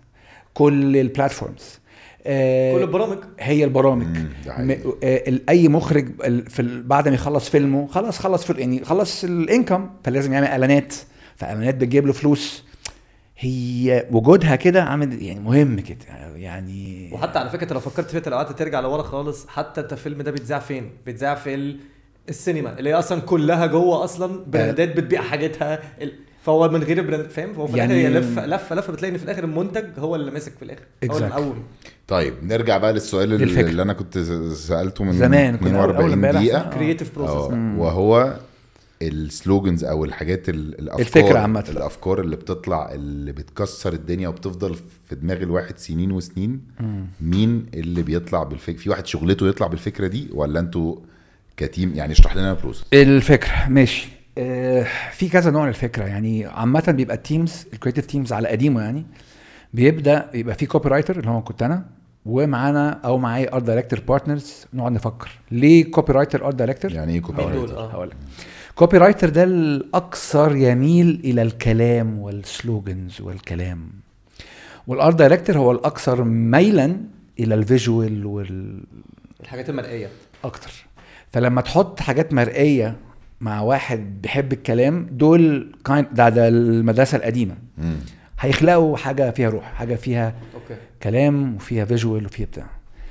كل البلاتفورمز، كل البرامج هي البرامج. مم، ده م- حقيقي. آه، اي مخرج ال- في ال- بعد ما يخلص فيلمه خلاص خلص في يعني خلص الانكم، فلازم يعمل اعلانات، فاعلانات بتجيب له فلوس. هي وجودها كده عامل يعني مهم كده يعني. وحتى على فكره لو فكرت فيها، لو قعدت ترجع لورا خالص، حتى انت الفيلم ده بيتذاع فين؟ بيتذاع في ال- السينما اللي هي اصلا كلها جوه اصلا براندات بتبيع حاجتها ال... فهو من غير براند، فاهم؟ فهو في يعني- الاخر هي لفه لفه لفه بتلاقي ان في الاخر المنتج هو اللي ماسك في الاخر، هو اللي Exactly. مقوم. طيب نرجع بقى للسؤال اللي, للفكرة. اللي انا كنت سالته من زمان كنا اتنين أول- أول واربعين امبارح دقيقه آه. كرييتيف بروسيس آه، وهو السلوجنز او الحاجات ال- الافكار الفكرة عامة. الافكار اللي بتطلع اللي بتكسر الدنيا وبتفضل في دماغ الواحد سنين وسنين. مين اللي بيطلع بالفكره؟ في واحد شغلته يطلع بالفكره دي ولا انتوا كتيم؟ يعني اشرح لنا البروسيس. الفكره ماشي. آه، في كذا نوع من الفكره يعني. عامه بيبقى التيمز الكريتيف تيمز على قديمه يعني بيبدا يبقى في كوبي رايتر اللي هو كنت انا، ومعانا او معايا ارت دايركتور بارتنرز، نقعد نفكر ليه كوبي رايتر ارت دايركتور. يعني ايه كوبي مين دول؟ رايتر؟ اه هقول لك. كوبي رايتر ده الاكثر يميل الى الكلام والسلوجنز والكلام، والارت دايركتور هو الاكثر ميلا الى الفيجوال والاكتر. الحاجات المرئيه. فلما تحط حاجات مرئيه مع واحد بيحب الكلام، دول كاين ده, ده المدرسه القديمه، مم. هيخلقوا حاجه فيها روح، حاجه فيها اوكي. كلام وفيها فيجوال وفيها بتاع.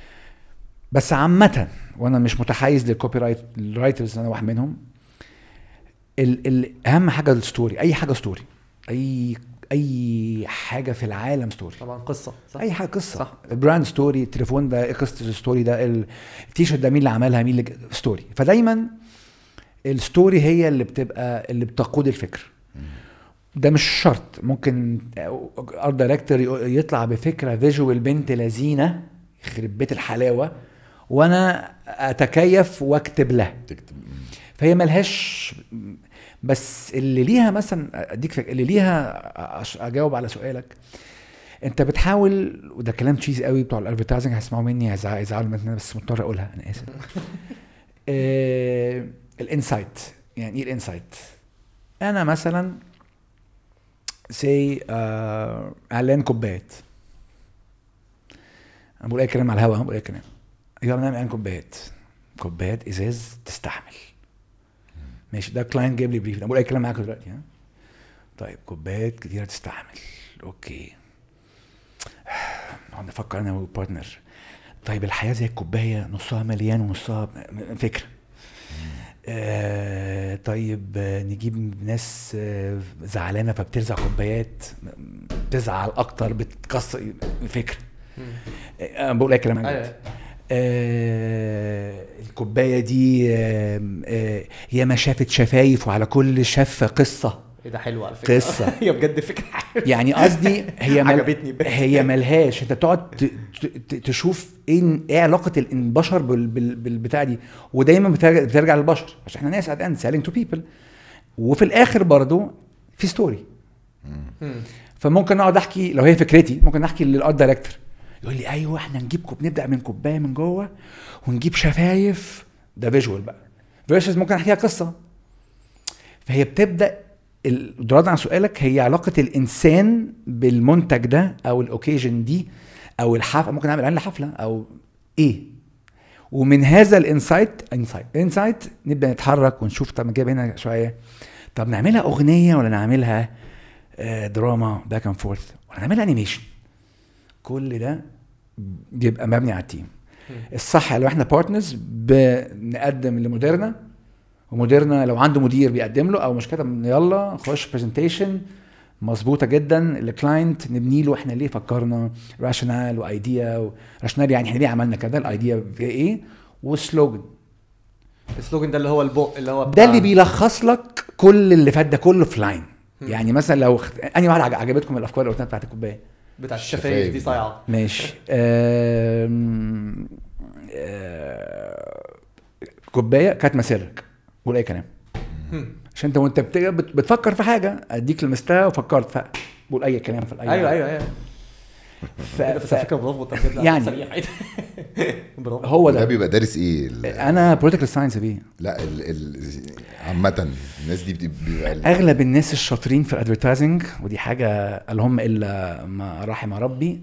بس عامه وانا مش متحيز للكوبي رايت الرايترز، انا واحد منهم. ال ال اهم حاجه الستوري، اي حاجه ستوري، اي اي حاجه في العالم ستوري. طبعا قصه صح؟ اي حاجه قصه صح. البراند ستوري، التليفون ده قصه الستوري ده، التيشيرت ده مين اللي عملها، مين اللي ستوري. فدايما الستوري هي اللي بتبقى اللي بتقود الفكر. ده مش شرط، ممكن ارت دايركتور يطلع بفكره فيجوال بنت لذينه يخرب بيت الحلاوه، وانا اتكيف واكتب لها. تكتب. فهي ملهاش. بس اللي ليها مثلا اديك فك... اللي ليها أش- اجاوب على سؤالك. انت بتحاول، وده كلام تشيزي قوي بتوع الادفرتايزنج هيسمعوا مني هيزعلوا مني، بس مضطر اقولها، انا اسف. آه... الانسايت. يعني ايه الانسايت؟ انا مثلا سي آه... اعلان كوبايات، انا بقول اي كلام على الهوا، بقول اي كلام. يلا نعمل اعلان كوبايات، كوبايات ازاز تستحمل. ماشي، ده كلاينت جايب لي بريف، انا بقول اي كلام معاك دلوقتي. ها طيب كوبايات كتيره تستحمل، اوكي. نقعد نفكر انا والبارتنر. طيب الحياه زي الكوبايه، نصها مليان ونصها فكره. آه طيب آه نجيب ناس آه زعلانه فبترزع كوبايات، بتزعل اكتر، بتكسر فكره. انا آه بقول اي كلام معاك. آه الكوبايه دي آه آه هي ما شافت شفايف، وعلى كل شفه قصه. ايه ده حلو على فكره. قصه هي بجد فكره حلوه. يعني قصدي هي مل... عجبتني بس. هي ملهاش. انت بتقعد ت... ت... تشوف ايه ايه علاقه البشر بال... بال... بالبتاع دي، ودايما بترجع, بترجع للبشر عشان احنا ناس اد سيلينج تو بيبل. وفي الاخر برضو في ستوري. فممكن اقعد احكي، لو هي فكرتي ممكن احكي للارت دايركتور، يقول لي ايوه احنا نجيب كوب، نبدا من كوبايه من جوه ونجيب شفايف، ده فيجوال بقى. فيرسز ممكن احكيها قصه. فهي بتبدا الرد على سؤالك، هي علاقه الانسان بالمنتج ده او الاوكيجن دي او الحفله. ممكن اعمل اعلان حفله او ايه، ومن هذا الانسايت انسايت انسايت نبدا نتحرك ونشوف. طب نجيب هنا شويه، طب نعملها اغنيه ولا نعملها دراما باك اند فورث ولا نعملها انيميشن. كل ده بيبقى مبني على التيم الصح. لو احنا بارتنرز بنقدم لموديرنا، وموديرنا لو عنده مدير بيقدم له، او مش كده يلا خش برزنتيشن مظبوطه جدا الكلاينت، نبني له احنا ليه فكرنا، راشنال وايديا. راشنال يعني احنا ليه عملنا كده، الايديا في ايه، وسلوجن. السلوجن ده اللي هو البق اللي هو ده اللي بيلخص لك كل اللي فات ده كله في لاين. يعني مثلا لو خ... اني واحده عجبتكم الافكار اللي قلتها بتاعت الكوبايه بتاعت الشفايف دي صايعه. ماشي. أم... أه... كوبايه كانت مسيرك، قول اي كلام عشان انت وانت بت... بتفكر في حاجه، اديك لمستها وفكرت فقول اي كلام في الاي. ايوه ايوه ايوه ف... ف... فكره برافو. طب يعني برافو. هو ده ده بيبقى دارس ايه؟ انا بوليتيكال ساينس بيه. لا ال ال عامه الناس دي بيبقى اغلب الناس الشاطرين في الادفرتايزنج، ودي حاجه اللهم الا ما رحم ربي،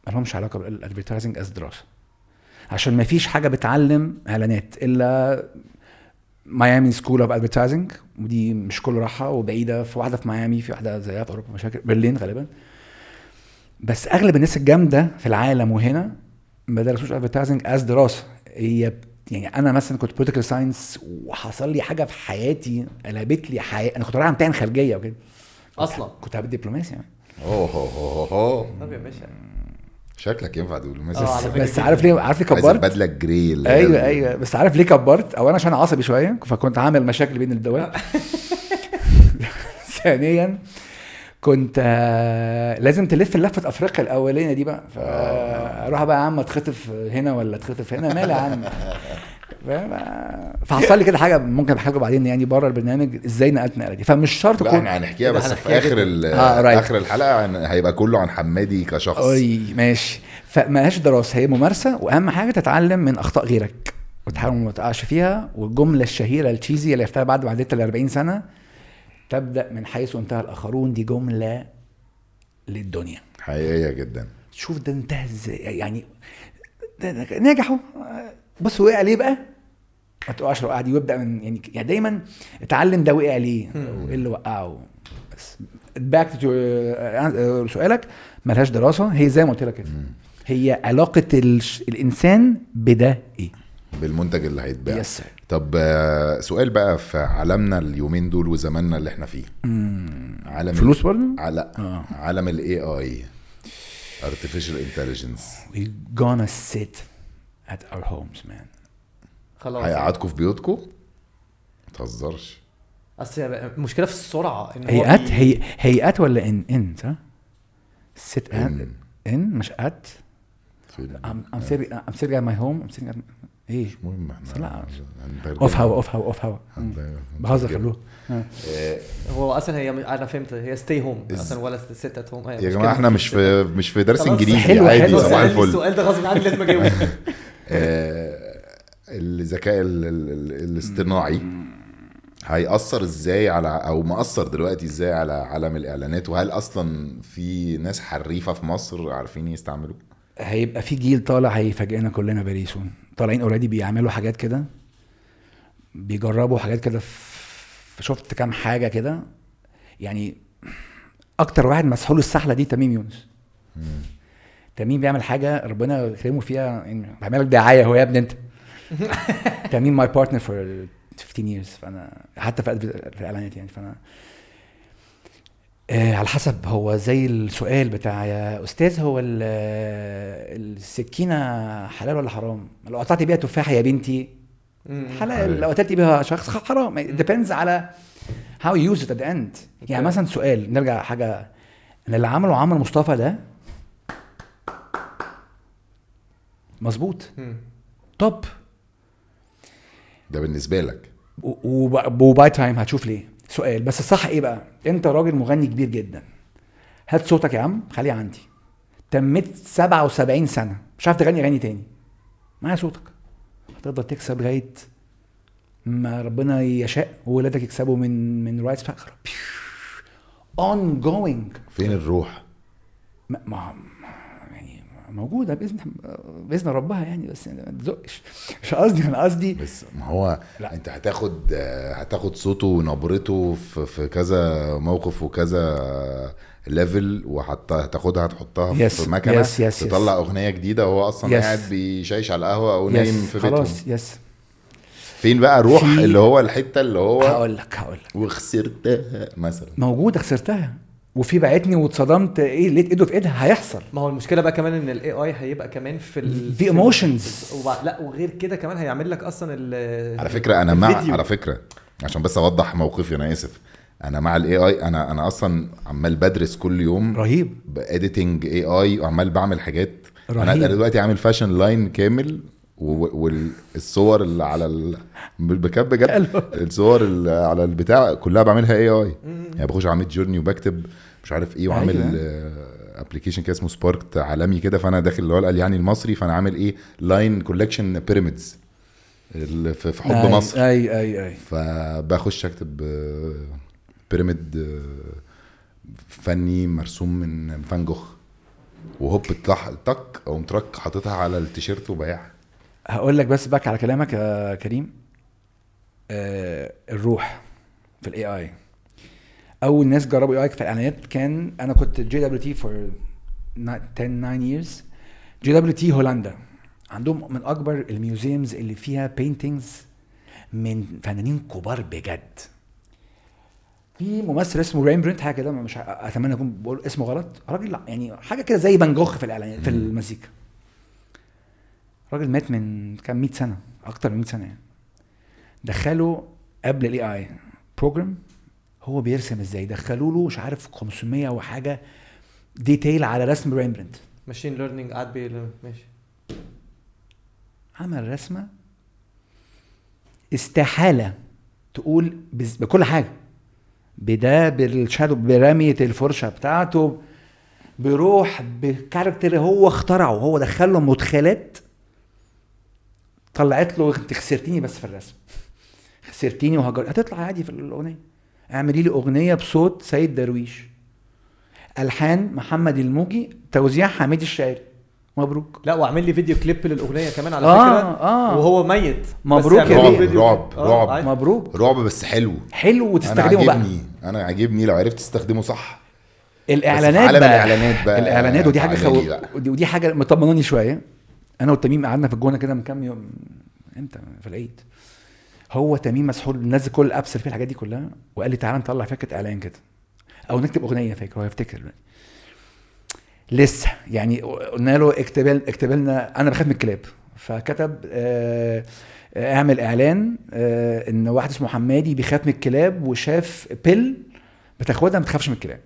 ما لهمش علاقه بالادفيرتايزنج از دراسه، عشان ما فيش حاجه بتعلم اعلانات الا ميامي سكول اوف ادفيرتايزنج، ودي مش كل راحه وبعيده، في واحده في ميامي، في واحده زيها في اوروبا مشاكل برلين غالبا. بس اغلب الناس الجامده في العالم وهنا ما درسوش ادفيرتايزنج از دراسه. هي يعني انا مثلا كنت بوليتيكال ساينس وحصل لي حاجه في حياتي قلبت لي حياتي، انا كنت رايح امتحان خارجيه وكده اصلا كنت هبقى دبلوماسي يعني. اوه اوه اوه طب يا باشا شكلك ينفع تقول آه، مثلا على فكرة بس عارف ليه عارف ليه عايز كبرت؟ البدله الجري اللي هي ايوه ال- ايوه بس عارف ليه كبرت؟ اولا عشان عصبي شويه فكنت عامل مشاكل بين الدول. ثانيا كنت آه، لازم تلف لفه افريقيا الاولانيه دي بقى، فاروح بقى يا عم اتخطف هنا ولا اتخطف هنا، مالي يا عم. فاهم؟ فحصل لي كده حاجه ممكن احكي لكم بعدين يعني بره البرنامج ازاي نقلت النقله دي، فمش شرط لا تكون احنا هنحكيها كده بس في هنحكيها اخر جدا. ال- آه، right. اخر الحلقه عن- هيبقى كله عن حمادي كشخص. اي ماشي. فمالهاش دراسه، هي ممارسه، واهم حاجه تتعلم من اخطاء غيرك وتحاول ما تقعش فيها. والجمله الشهيره التشيزي اللي عرفتها بعد ما عديت ال أربعين سنه، تبدا من حيث انتهى الاخرون، دي جمله للدنيا. حقيقيه جدا. شوف ده انتهى ازاي يعني، ده ده نجحوا، بص وقع ليه بقى، ما تقعش لو قاعد يبدا من يعني, يعني دايما اتعلم ده وقع ليه وايه اللي وقعه. بس باك تو سؤالك، ملهاش دراسه، هي زي ما قلت لك كده، هي علاقه الش... الانسان بده ايه، بالمنتج اللي هيتباع. يس سير. طب آه، سؤال بقى في عالمنا اليومين دول وزماننا اللي احنا فيه، عالم فلوس برضه. على آه. عالم الاي اي artificial intelligence we gonna sit at our homes man. خلاص هيقعدكم في بيوتكم، ما تهزرش. اصل هي المشكله في السرعه ان هو هي ات بي- هي هي ات ولا ان ان صح؟ sit at إن. ان مش at. في I'm I'm sitting I'm sitting at my home. I'm sitting at ايه المهم احنا لا. هنبرجل. اوف هوا اوف هوا اوف هوا هنبرجل. بهزر خلوه. آه، هو اصلا هي انا فهمت هي ستي هوم اصلا ولا ست ات هوم. يا جماعه احنا مش في مش في درس خلاص، انجليزي حلو، عادي. حلو. صباح الفل. السؤال ده غصب عني لازم اجاوبه. آه، الذكاء ال- ال- ال- الاصطناعي هيأثر ازاي على او مأثر دلوقتي ازاي على عالم الاعلانات؟ وهل اصلا في ناس حريفة في مصر عارفين يستعملوه؟ هيبقى في جيل طالع هيفاجئنا كلنا فيري سون. طالعين اوريدي بيعملوا حاجات كده، بيجربوا حاجات كده. في شفت كام حاجه كده يعني. اكتر واحد مسحول السحله دي تميم يونس. تميم بيعمل حاجه ربنا يكرمه فيها، يعني بيعمل لك دعايه هو يا ابني انت. تميم ماي بارتنر فور خمستاشر years، فانا حتى في في الاعلانات يعني. فانا آه على حسب، هو زي السؤال بتاع يا استاذ، هو ال- السكينه حلال ولا حرام؟ لو قطعت بيها تفاحه يا بنتي حلال، لو قتلت بيها شخص حرام. depends على how you use it at the end. يعني مثلا سؤال، نرجع حاجه، ان اللي عمله عمر مصطفى ده مظبوط توب، ده بالنسبة لك. وباي تايم هتشوف ليه. سؤال بس الصح ايه بقى؟ انت راجل مغني كبير جدا، هات صوتك يا عم خليه عندي. تميت سبعة وسبعين سنه مش عارف تغني غني تاني، معايا صوتك هتقدر تكسب لغايه ما ربنا يشاء وولادك يكسبوا من من رايتس اون جوينج. فين الروح؟ ما ما- يعني موجوده باذن باذن ربها يعني، بس ما تزقش. مش قصدي، انا قصدي بس ما هو لا. انت هتاخد آه، هتاخد صوته ونبرته في في كذا موقف وكذا ليفل، وهتاخدها هتحطها Yes, في مكنه yes, yes, تطلع yes. اغنيه جديده وهو اصلا Yes. قاعد بيشايش على القهوه او نايم يس في بيتهم. خلاص يس. فين بقى الروح في- اللي هو الحته اللي هو هقول لك هقول لك وخسرتها مثلا؟ موجوده خسرتها، وفي بعتني واتصدمت، ايه لقيت ايده في ايدها، هيحصل. ما هو المشكله بقى كمان ان الاي اي هيبقى كمان في ال في ال- emotions. وبع- لا وغير كده كمان هيعمل لك اصلا ال على فكره انا مع الفيديو. على فكره عشان بس اوضح موقفي، انا اسف، انا مع الاي اي. انا انا اصلا عمال بدرس كل يوم رهيب باديتنج اي اي، وعمال بعمل حاجات. انا رهيب. أنا دلوقتي عامل فاشن لاين كامل، والصور اللي على ال... بكاب بجد الصور اللي على البتاع كلها بعملها اي اي. يعني بخش على ميد جورني وبكتب مش عارف ايه، وعامل ابلكيشن كده اسمه سبارك عالمي كده، فانا داخل اللي هو الالياني المصري، فانا عامل ايه لاين كولكشن بيراميدز في في حب مصر. اي اي اي فبخش اكتب بيراميد فني مرسوم من فان جوخ، وهوب اطلع تك او مترك حاططها على التيشيرت وبيعها. هقول لك بس باك على كلامك يا كريم. آه الروح في الاي اي. اول ناس جربوا اي اي في الاعلانات كان انا كنت جي دبليو تي فور عشرة تسعة years. جي دبليو تي هولندا عندهم من اكبر الميوزيومز اللي فيها بينتينجز من فنانين كبار بجد. في ممثل اسمه ريمبرنت حاجه كده، مش اتمنى اكون بقول اسمه غلط، راجل لا يعني حاجه كده زي فان جوخ في الاعلانات في المزيكا. راجل مات من كام مية سنه، اكتر من مية سنه يعني. دخلوا قبل الاي اي بروجرام هو بيرسم ازاي، دخلوا له مش عارف خمسمية او حاجه ديتيل على رسم ريمبرنت. ماشين ليرنينج قاعد بي ماشي عمل رسمه استحاله تقول بكل حاجه، بدا بالشادو برميه الفرشه بتاعته، بيروح بكاركتر هو اخترعه، هو دخله مدخلات طلعت له انت خسرتيني بس في الرسم، خسرتيني وهجر هتطلع عادي في الاغنيه. اعملي لي اغنيه بصوت سيد درويش، الحان محمد الموجي، توزيع حميد الشاعري، مبروك. لا واعمل لي فيديو كليب للاغنيه كمان على آه فكره آه. وهو ميت، مبروك يا رعب بيه. رعب آه رعب مبروك، رعب بس حلو حلو وتستخدمه بقى. انا عاجبني لو عرفت تستخدمه صح. الاعلانات بقى بقى الاعلانات بقى الاعلانات ودي حاجه خو... بقى. ودي, ودي حاجه مطمناني شويه. انا وتميم قعدنا في الجونه كده من كام يوم، امتى في العيد، هو تميم مسحول منزل كل الابس اللي فيه الحاجات دي كلها، وقال لي تعالى نطلع فكره اعلان كده او نكتب اغنيه، فاكر هو يفتكر لسه يعني. قلنا له اكتب اكتب لنا، انا بخاف من الكلاب، فكتب آه اعمل اعلان آه ان واحد اسمه حمادي بيخاف من الكلاب وشاف بيل بتاخدها ما تخافش من الكلاب.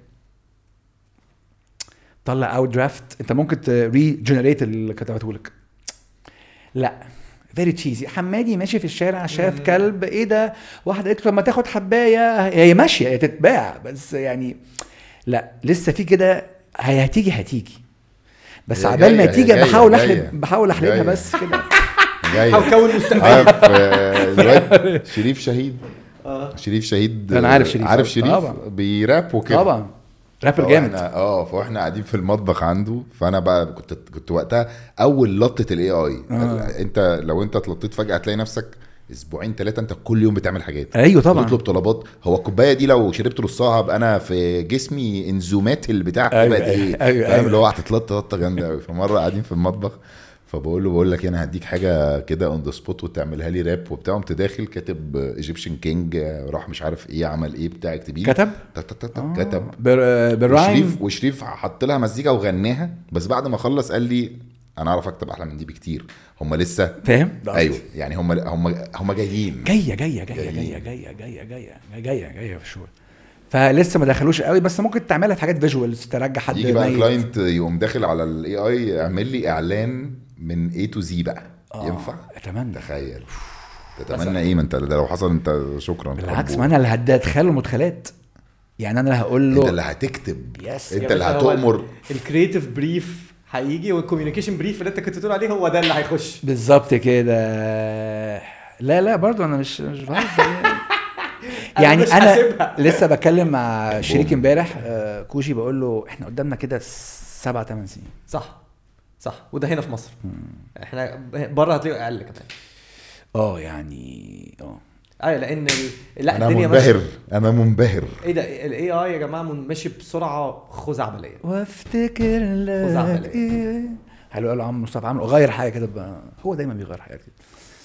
طلع اوت درافت، انت ممكن تري جنريت اللي كتبته لك. لا فيري تشيزي. حمادي ماشي في الشارع شاف كلب، ايه ده، واحده قالت له ما تاخد حبايه، هي ماشيه هي تتباع بس يعني لا لسه في كده، هي هتيجي هتيجي بس عبال ما تيجي بحاول احلب بحاول احلبها بس كده جاي هكون مستقبل. عارف الواد شريف شهيد اه شريف شهيد انا عارف شريف عارف شريف طبعا. بيراب وكده طبعا رابر جامد اه. فاحنا قاعدين في المطبخ عنده، فانا بقى كنت كنت وقتها اول لطه الاي اي آه. انت لو انت اتلطيت فجاه هتلاقي نفسك اسبوعين ثلاثه انت كل يوم بتعمل حاجات. ايوه طبعا بتطلب طلبات. هو الكوبايه دي لو شربت نصها ابقى انا في جسمي انزومات اللي بتاعك أيوة بقى ايه أيوة فاهم أيوة. اللي هو هتتلط لطه جامده قوي. فمره قاعدين في المطبخ فبقول له بقول لك انا هديك حاجه كده اون ذا سبوت وتعملها لي راب وبتاع. قمت داخل كاتب ايجيبشن كينج راح مش عارف ايه عمل ايه بتاع اكتبيه كتب آه. كتب بالرايم. وشريف وشريف حط لها مزيكا وغناها. بس بعد ما خلص قال لي انا اعرف اكتب احلى من دي بكتير. هم لسه فاهم ايوه يعني هم هم هم جايين جايه جايه جايه جايه جايه جايه جايه جايه جايه في الشغل. فلسه ما دخلوش قوي بس ممكن تعملها في حاجات فيجوالز ترجع حد يجي بقى كلاينت يقوم داخل على الاي اي اعمل لي اعلان من A to Z بقى. آه ينفع؟ اتمنى. تخيل تتمنى ايه؟ ما انت لو حصل انت شكرا. بالعكس ما انا اللي هدخله مدخلات يعني، انا اللي هقول له انت اللي هتكتب يس. انت اللي هتؤمر. الكرييتيف بريف هيجي والكوميونيكيشن بريف اللي انت كنت بتقول عليه هو ده اللي هيخش بالظبط كده. لا لا برضو انا مش مش بهزر يعني انا, أنا لسه بتكلم مع شريك امبارح كوشي بقول له احنا قدامنا كده سبعة ثمان سنين. صح صح. وده هنا في مصر. مم. احنا بره هتلاقيه اقل كمان. اه يعني اه ايوه لان لا انا الدنيا منبهر ماشي. انا منبهر. ايه ده الاي اي يا جماعه ماشي بسرعه خزعبليه. وافتكر لك ايه حلو قالوا عم مصطفى عمرو غير حاجه كده بقى. هو دايما بيغير حاجات كده.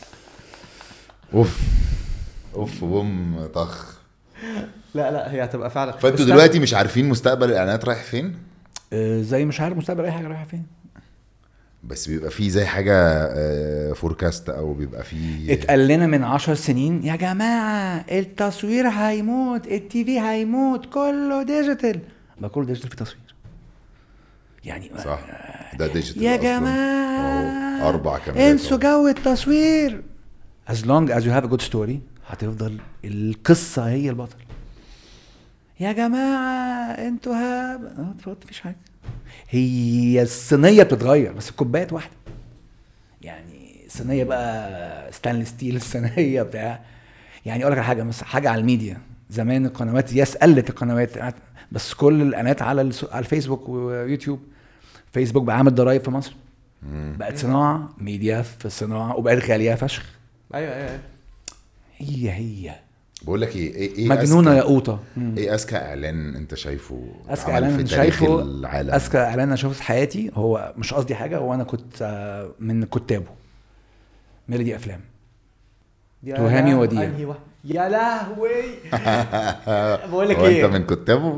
اوف اوف بوم طخ. لا لا هي هتبقى فعلا. فانتوا دلوقتي مش عارفين مستقبل الاعلانات رايح فين؟ آه زي مش عارف مستقبل اي حاجه رايحه فين، بس بيبقى فيه زي حاجه فوركاست او بيبقى فيه اتقال لنا من عشر سنين يا جماعه التصوير هيموت، التي في هيموت، كله ديجيتال. ما كله ديجيتال في تصوير يعني صح. ده ديجيتال يا جماعه اربع كاميرات انسوا جو التصوير. as long as you have a good story هتفضل القصه هي البطل. يا جماعه انتوا هاب اه اتفضل مفيش حاجه. هي الصينيه بتتغير بس الكوبايات واحده يعني. صينيه بقى ستانلس ستيل الصينيه بتاع يعني. اقول لك على حاجه مثلا حاجه على الميديا زمان القنوات يس قلت القنوات بس كل القنوات على على الفيسبوك ويوتيوب. فيسبوك بقى عامل ضرايب في مصر، مم. بقت صناعه ميديا في الصناعه وبقت غاليه فشخ. ايوه ايوه هي هي بقول لك ايه ايه, إيه مجنونه أذكى- يا قوطه. ايه اذكى اعلان انت شايفه اذكى عمل اعلان في أنا تاريخ شايفه، العالم؟ اذكى اعلان انا شفته في حياتي، هو مش قصدي حاجه، هو انا كنت آه، من كتابه ميلودي افلام يا تهامي لهوي، وديع. أنهي واحد؟ يا لهوي. بقول لك هو ايه، انت من كتابه؟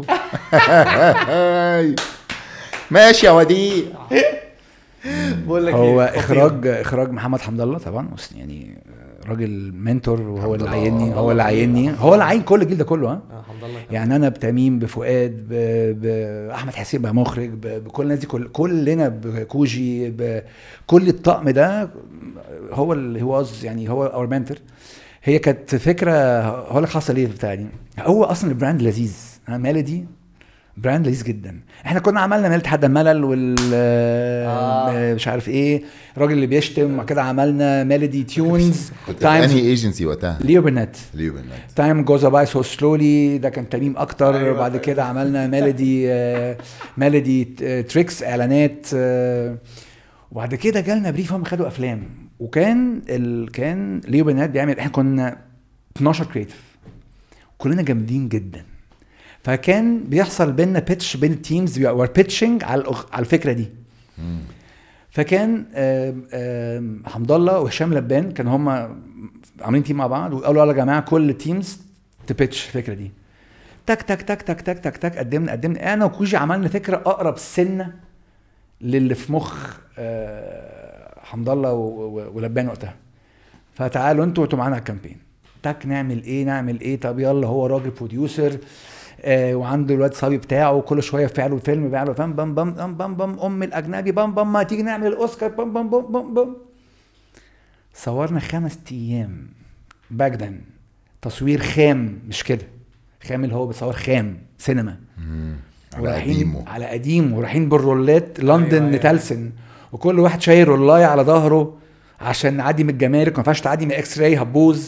ماشي يا وديع. بقول لك هو ايه، خطير. اخراج اخراج محمد حمد الله طبعا، يعني راجل منتور، وهو اللي حمد الله. عيني، حمد هو اللي الله جميل. عيني، حمد هو اللي الله. عين كل الجيل ده كله. ها اه الحمد لله. يعني انا بتميم، بفؤاد، ب- باحمد حسين بقى مخرج، ب- بكل الناس دي، كل كلنا، بكوجي، بكل الطقم ده، هو اللي هو يعني هو اور منتور. هي كانت فكره، هقول لك حصل ايه بتاعي. هو اصلا البراند لذيذ، ها ميلودي براند لذيذ جدا. احنا كنا عملنا ميلودي حد الملل وال آه. مش عارف ايه، الراجل اللي بيشتم كده، عملنا ميلودي تيونز. كنت في انهي ايجنسي وقتها؟ ليو برنات. ليو برنات. تايم جوز باي سو سلولي، ده كان تميم اكتر. أيوة. بعد كده عملنا ميلودي ميلودي تريكس اعلانات. آه، وبعد كده جالنا بريف، هم خدوا افلام، وكان ال... كان ليو برنات بيعمل، احنا كنا اتناشر كريتيف كلنا جامدين جدا، فكان بيحصل بيننا بيتش بين التيمز، وار بيتشنج على الأخ... على الفكره دي. مم. فكان آم، آم، حمد الله وهشام لبان كانوا هم عاملين تيم مع بعض، وقالوا يلا يا جماعه كل التيمز تبيتش الفكره دي. تك تك تك تك تك تك تك قدمنا قدمنا انا وكوجي، عملنا فكره اقرب سنه للي في مخ آه، حمد الله و- و- ولبان وقتها. فتعالوا انتوا انتوا معانا على الكامبين، تك نعمل ايه نعمل ايه طب يلا. هو راجل بروديوسر آه، وعنده الواد صبي بتاعه، كل شويه فعله فيلم بيعمله فاهم، بام بام بام بام بام ام الاجنبي، بام بام ما تيجي نعمل الاوسكار، بام بام بام بام بام. صورنا خمس ايام باك دن، تصوير خام، مش كده خام اللي هو بيصور خام سينما، مم. على ورايحين قديمه. على قديم، ورايحين بالرولات لندن أيوة، أيوة. نتلسن، وكل واحد شايل رولايه على ظهره عشان نعدي من الجمارك، ما ينفعش تعدي من اكس راي هتبوظ.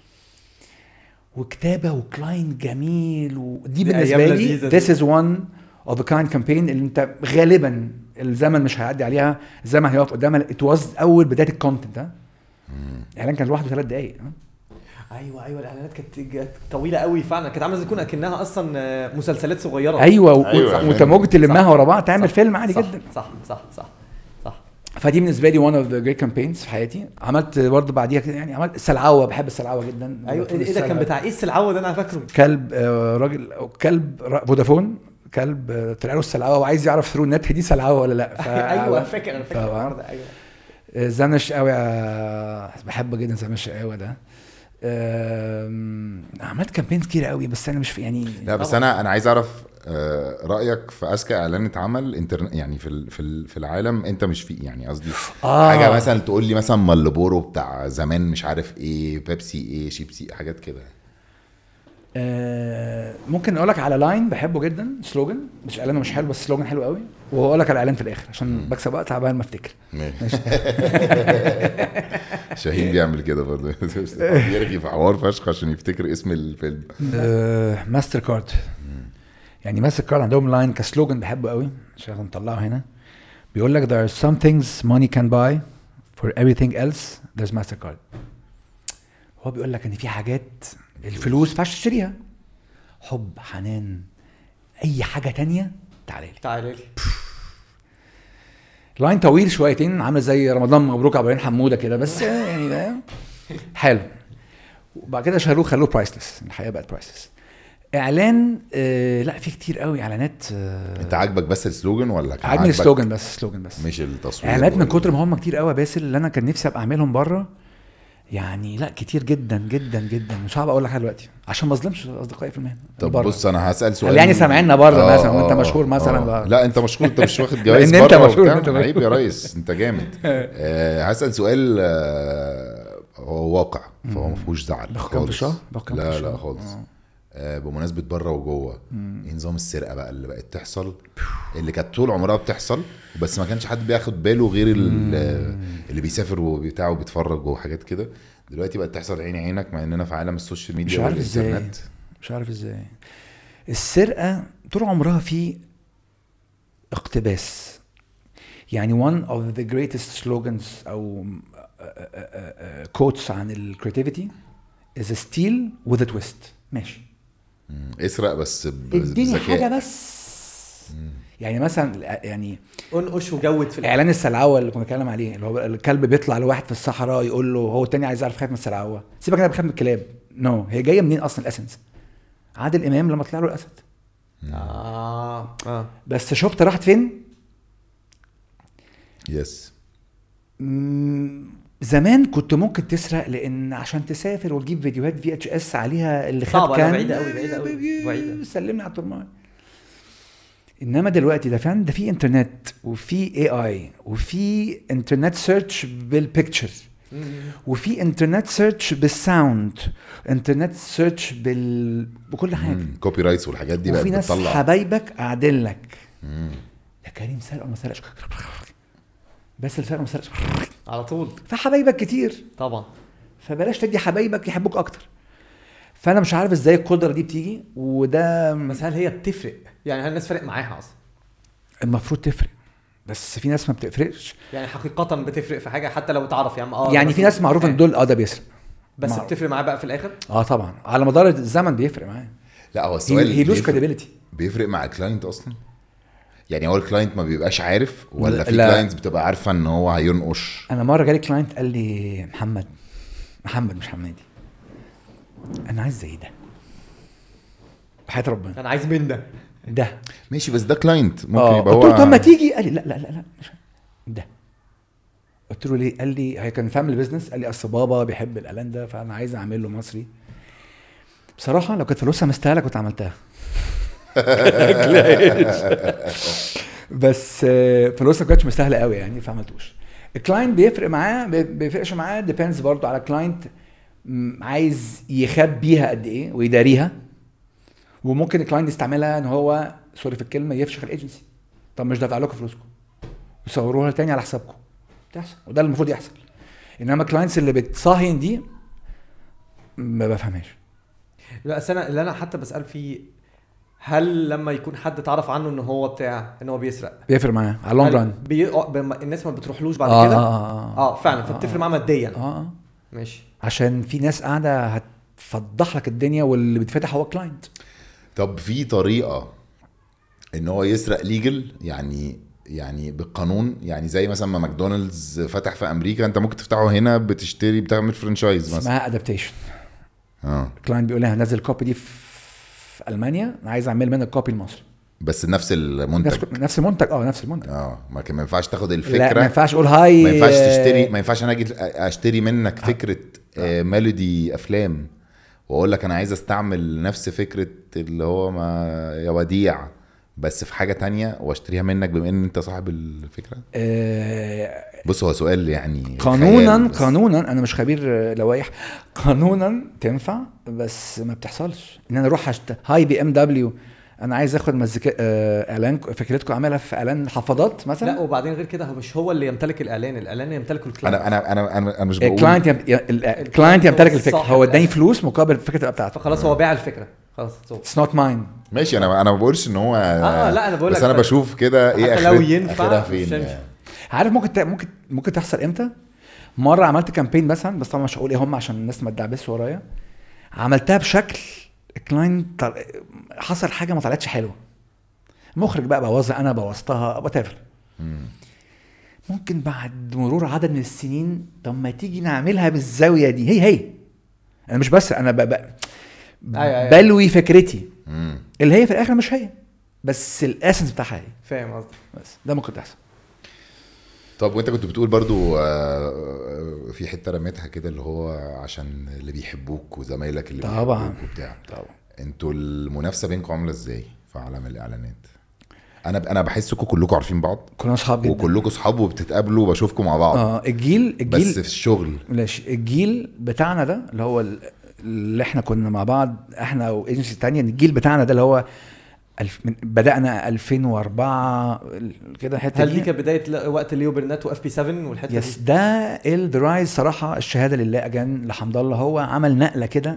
وكتابه وكلاين جميل، ودي دي بالنسبه أيام لي لذيذة دي. this is one of a kind campaign اللي انت غالبا الزمن مش هيعدي عليها، الزمن هيقف قدامها. it was اول بدايه الكونتنت ده. الاعلان كان لوحده ثلاث دقائق. ايوه ايوه الاعلانات كانت كانت طويله قوي فعلا، كانت عامله زي تكون اكنها اصلا آه، مسلسلات صغيره. ايوه و- أيوة، وانت ممكن تلمها صح. ورا بعض تعمل صح. فيلم عادي صح. جدا. صح صح صح صح. فدي بالنسبه لي one of the great campaigns في حياتي. عملت برضه بعديها كده يعني، عملت السلعوه، بحب السلعوه جدا. ايوه ايه ده كان بتاع ايه السلعوه ده، انا فاكره. كلب آه، راجل كلب را- فودافون، كلب آه، طلع له السلعوه وعايز يعرف ثرو النت دي سلعوه ولا لا. ف... ايوه فاكر انا فاكر طبعاً. الحوار ده. ايوه آه، زمن الشقاوي، آه، بحبه جدا زمن الشقاوي ده. آم، عملت كامبين كتير قوي، بس انا مش في يعني. لا بس طبعاً. انا انا عايز اعرف آه، رايك في اذكى اعلان اتعمل انترنت يعني في ال- في ال- في العالم انت مش فيه، يعني قصدي آه. حاجه مثلا تقول لي مثلا مالبورو بتاع زمان، مش عارف ايه، بيبسي ايه، شيبسي، حاجات كده. آه، ممكن اقول لك على لاين بحبه جدا، سلوجن، مش اعلانه مش حلو بس سلوجن حلو قوي، وهقول لك على الاعلان في الاخر عشان بكسب وقت عبال ما افتكر. ماشي. شاهين بيعمل كده برضه، بيرغي في حوار فشخ عشان يفتكر اسم الفيلم. آه، ماستر كارد. يعني ماستر كارد عندهم لاين كسلوجن بحبه قوي، عشان نطلعه هنا. بيقول لك there are some things money can buy for everything else there's mastercard. هو بيقول لك ان في حاجات الفلوس ما ينفعش تشتريها، حب، حنان، اي حاجه تانية تعالى لي. تعالى لي. لاين طويل شويتين، عامل زي رمضان مبروك عبد الرحيم حموده كده، بس يعني ده حلو. وبعد كده شالوه خلوه برايسلس، الحقيقه بقت برايسلس. اعلان آه لا في كتير قوي اعلانات. آه انت عاجبك بس السلوجن ولا كان عاجبني عاجبك السلوجن بس، سلوجن بس مش التصوير؟ اعلانات من ولا- كتر ما هم كتير قوي باسل، اللي انا كان نفسي ابقى اعملهم بره يعني. لا كتير جدا جدا جدا، مش هعرف اقول لك دلوقتي عشان ما اظلمش اصدقائي في المهنه. طب برا. بص انا هسأل سؤال. هل يعني سامعيننا بره آه مثلا وانت آه مشهور مثلا آه. بقى؟ لا انت مشهور، انت مش واخد جوائز لأن انت بره مشهور، وبتاع. انت مشهور. عيب يا ريس، انت جامد. آه هسأل سؤال آه هو واقع، فهو ما فيهوش زعل باخد كام في خالص. الشهر؟ باخد كام في لا لا الشهر؟ خالص. آه. آه بمناسبة بره وجوه، ايه نظام السرقة بقى اللي بقت تحصل، اللي كانت طول عمرها بتحصل بس ما كانش حد بياخد باله غير ال- اللي بيسافر وبتاع وبيتفرج وحاجات كده، دلوقتي بقت تحصل عيني عينك، مع اننا في عالم السوشيال مش ميديا عارف ازاي، والانترنت. مش عارف ازاي السرقه طول عمرها في اقتباس. يعني one of the greatest slogans او quotes عن ال creativity is a steal with a twist. ماشي مم. اسرق بس ب- اديني بذكاء. حاجه بس. يعني مثلا يعني انقش وجود في الآخر. اعلان السلعوه اللي كنا بنتكلم عليه، اللي هو الكلب بيطلع لواحد في الصحراء يقول له، هو التاني عايز يعرف خايف من السلعوه، سيبك انا بخاف من الكلاب. نو no. هي جايه منين اصلا الاسنس؟ عادل امام لما طلع له الاسد. اه اه بس شفت راحت فين؟ يس. مم، زمان كنت ممكن تسرق لان عشان تسافر وتجيب فيديوهات في اتش اس عليها اللي خد صعبة، لا، كان بعيدة أوي، بعيدة أوي، بعيدة. سلمني على الترماي. انما دلوقتي ده فعلا ده في انترنت وفي اي اي وفي انترنت سيرش بالبيكتشر وفي انترنت سيرش بالساوند، انترنت سيرش بال... بكل حاجه. كوبي رايتس والحاجات دي بقت وفي ناس بتطلع. حبايبك قاعدين لك. مم. يا كريم سرق وما سرقش، بس اللي سرق وما سرقش، على طول فحبايبك كتير، طبعا. فبلاش تدي حبايبك يحبوك اكتر. فانا مش عارف ازاي القدره دي بتيجي، وده بس هل هي بتفرق؟ يعني هل الناس فرق معاها اصلا؟ المفروض تفرق، بس في ناس ما بتفرقش. يعني حقيقة بتفرق في حاجة حتى لو تعرف يا عم اه يعني في ناس معروفه ان دول اه ده بيسرق، بس معروف. بتفرق معاه بقى في الاخر. اه طبعا على مدار الزمن بيفرق معاه. لا هو السؤال هي لوز بيفرق- كريديبيليتي. بيفرق مع الكلاينت اصلا. يعني هو الكلاينت ما بيبقاش عارف ولا في لا. كلاينتس بتبقى عارفه ان هو هينقش؟ انا مره جالي كلاينت قال لي محمد محمد مش حمادي، انا عايز زي ده بحياة ربنا، انا عايز من ده ده ماشي، بس ده كلاينت ممكن آه. يبقى قلت له طب ما هو تيجي، قال لي لا لا لا لا مش ده. قلت له ليه؟ قال لي هي كان فاميلي بيزنس، قال لي اصل بابا بيحب الاعلان ده فانا عايز اعمل له مصري. بصراحه لو كانت فلوسها مستاهله كنت عملتها بس آه، فلوسها ما كانتش مستاهله قوي يعني فعملتوش. الكلاينت بيفرق معاه، بي- بيفرقش معاه، ديبيندز برضو على الكلاينت عايز يخبيها قد ايه ويداريها. وممكن الكلاينت يستعملها ان هو سوري في الكلمه يفشخ الايجنسي. طب مش دافع لكم فلوسكم يصوروها تاني على حسابكم، تحصل، وده اللي المفروض يحصل. انما الكلاينتس اللي بتصاهن دي ما بفهمهاش. لا أصل انا اللي انا حتى بسأل فيه، هل لما يكون حد تعرف عنه ان هو بتاع ان هو بيسرق بيفرق معاه على اللونج هل ران. بي... آه، بم- الناس ما بتروحلوش بعد آه كده؟ آه آه اه فعلا، فبتفرق معاه ماديا. اه اه ماشي. عشان في ناس قاعده هتفضح لك الدنيا واللي بيتفتح هو كلاينت. طب في طريقه ان هو يسرق ليجل يعني يعني بالقانون، يعني زي مثلا ما ماكدونالدز فتح في امريكا انت ممكن تفتحه هنا بتشتري بتعمل فرانشايز مثلا. اسمها ادابتيشن. اه الكلاينت بيقول لي هنزل الكوبي دي في المانيا، انا عايز اعمل منها الكوبي المصري بس نفس المنتج. نفس نفس المنتج. اه نفس المنتج. اه ما كان- ما ينفعش تاخد لا الفكره. ما ينفعش اقول هاي، ما ينفعش تشتري، ما ينفعش انا اجي اشتري منك فكره آه ميلودي افلام واقول لك انا عايز استعمل نفس فكره اللي هو ما يا وديع بس في حاجه تانية واشتريها منك بما ان انت صاحب الفكره. آه بص هو سؤال يعني قانونا خيال بس. قانونا انا مش خبير آه، لوائح. قانونا تنفع بس ما بتحصلش ان انا اروح أشت... هاي بي ام دبليو انا عايز اخد مزيكا آه، اعلان فكرتكم اعملها في اعلان حفاضات مثلا. لا وبعدين غير كده هو مش هو اللي يمتلك الاعلان، الاعلان يمتلكه الكلاينت. انا انا انا انا, أنا مش بقول الكلاينت يم... ي- ال- الكلاينت يمتلك الفكره، صاحب هو اداني الإعلان. فلوس مقابل الفكره تبقى بتاعته. فخلاص هو باع الفكره خلاص. اتس نوت ماين. ماشي. انا انا ما بقولش ان هو اه لا انا بقول بس لك انا بشوف كده ايه حتى لو اخرت ينفع اخرها مش فين هيمشي. يعني. عارف ممكن ت... ممكن ممكن تحصل امتى؟ مره عملت كامبين مثلا، بس طبعا مش هقول ايه هم عشان الناس ما تدعبسش ورايا. عملتها بشكل الكلاينت طل... حصل حاجه ما طلعتش حلوه، مخرج بقى بوظها انا بوظتها وات ايفر. ممكن بعد مرور عدد من السنين طب ما تيجي نعملها بالزاويه دي، هي هي انا مش بس انا ب... ب... أيوة أيوة. بلوي فكرتي مم. اللي هي في الاخر مش هي بس الاسنس بتاعها هي. فاهم قصدي. بس ده ممكن تحصل. طب وانت كنت بتقول برضو آه، في حته رميتها كده اللي هو عشان اللي بيحبوك وزمايلك اللي طبعا. بيحبوك وبتاع. طبعا انتوا المنافسه بينكم عامله ازاي في عالم الاعلانات؟ انا انا بحسكم كلكم عارفين بعض كنا اصحاب جدا وكلكم اصحاب وبتتقابلوا وبشوفكم مع بعض. اه الجيل الجيل بس في الشغل ماشي. الجيل بتاعنا ده اللي هو ال- اللي احنا كنا مع بعض احنا وايجنسي تانية، الجيل بتاعنا ده اللي هو الف من بدأنا ألفين وأربعة كده الحته هل دي كانت بدايه ل- وقت ليو برنات واف بي سبعة والحته يس دي؟ ده الدرايز صراحه الشهاده لله اجان لحمد الله. هو عمل نقله كده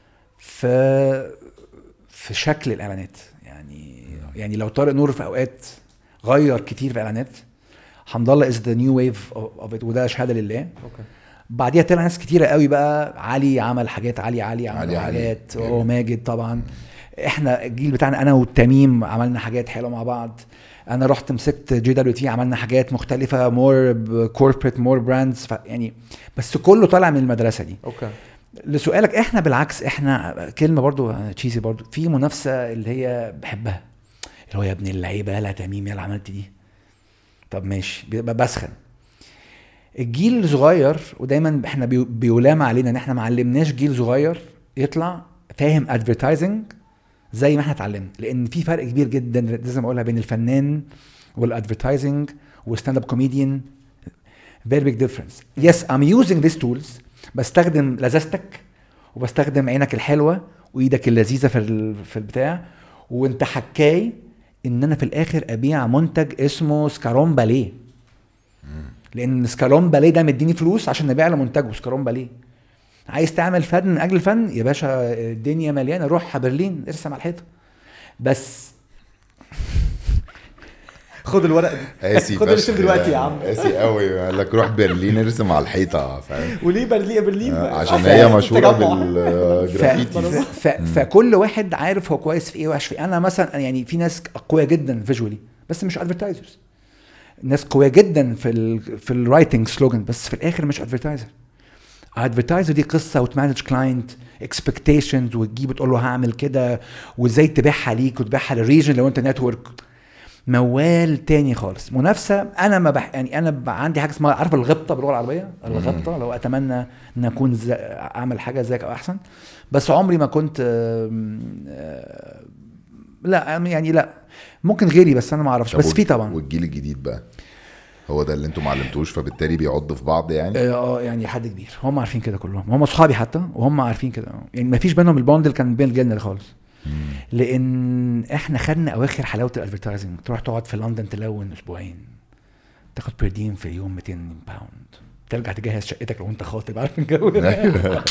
في في شكل الاعلانات يعني. يعني لو طارق نور في اوقات غير كتير في الاعلانات، الحمد لله از ذا نيو ويف اوف ات، وده شهاده لله. اوكي. بعديها طلع ناس كتيره قوي بقى، علي عمل حاجات، علي علي عمل علي علي. حاجات، وماجد طبعا. احنا الجيل بتاعنا انا والتميم عملنا حاجات حلوه مع بعض. انا رحت مسكت جي دبليو تي، عملنا حاجات مختلفه، مور كوربريت مور براندز يعني، بس كله طالع من المدرسه دي. اوكي. لسؤالك، احنا بالعكس، احنا كلمه برضو تشيزي برضو، في منافسه اللي هي بحبها، اللي هو يا ابن اللعيبه يلا تميم يلا عملت دي، طب ماشي بسخن. الجيل الصغير، ودايما احنا بيولام علينا ان احنا ما علمناش جيل صغير يطلع فاهم ادفرتايزنج زي ما احنا اتعلمنا، لان في فرق كبير جدا لازم اقولها بين الفنان والادفرتايزنج والستاند اب كوميديان. very big difference. yes I'm using these tools، بستخدم لذاذتك وبستخدم عينك الحلوه وايدك اللذيذه في في البتاع، وانت حكاي ان انا في الاخر ابيع منتج اسمه سكالون باليه، لان سكالون باليه ده مديني فلوس عشان نبيع له منتجه سكالون باليه. عايز تعمل فن من اجل الفن يا باشا، الدنيا مليانه، روح برلين ارسم على الحيطه. بس خد الورقه دي، خد الرسم دلوقتي يا عم. قاسي قوي، قال لك روح برلين ارسم على الحيطه، فاهم؟ وليه برلين؟ برلين عشان هي مشهوره بالجرافيتي. ف... فكل واحد عارف هو كويس في ايه وحش في. انا مثلا يعني في ناس قويه جدا فيجوالي بس مش ادفرتايزرز، ناس قويه جدا في ال في الرايتنج سلوجان بس في الاخر مش ادفرتايزر. ادفرتايزر دي قصه وتمانج كلاينت اكسبكتيشنز، وتجيب تقول له هعمل كده وازاي تبيعها ليك وتبيعها للريجن لو انت نتورك، موال تاني خالص. منافسه انا ما بح... يعني انا عندي حاجه اسمها عارف الغبطه باللغه العربيه، الغبطه لو اتمنى ان اكون ز... اعمل حاجه زيك او احسن، بس عمري ما كنت لا يعني لا ممكن غيري بس انا ما اعرفش. بس في طبعا. والجيل الجديد بقى هو ده اللي انتوا ما علمتوش فبالتالي بيعض في بعض يعني. اه يعني حد كبير هم عارفين كده كلهم، هم اصحابي حتى وهم عارفين كده يعني، ما فيش بينهم البوند اللي كان بين الجنة خالص. مم. لان احنا خدنا اواخر حلاوه الادفرتايزنج. تروح تقعد في لندن تلون اسبوعين، تاخد بيردين في اليوم مئتين باوند، ترجع تجهز شقتك لو انت خاطب، عارف الجو ده.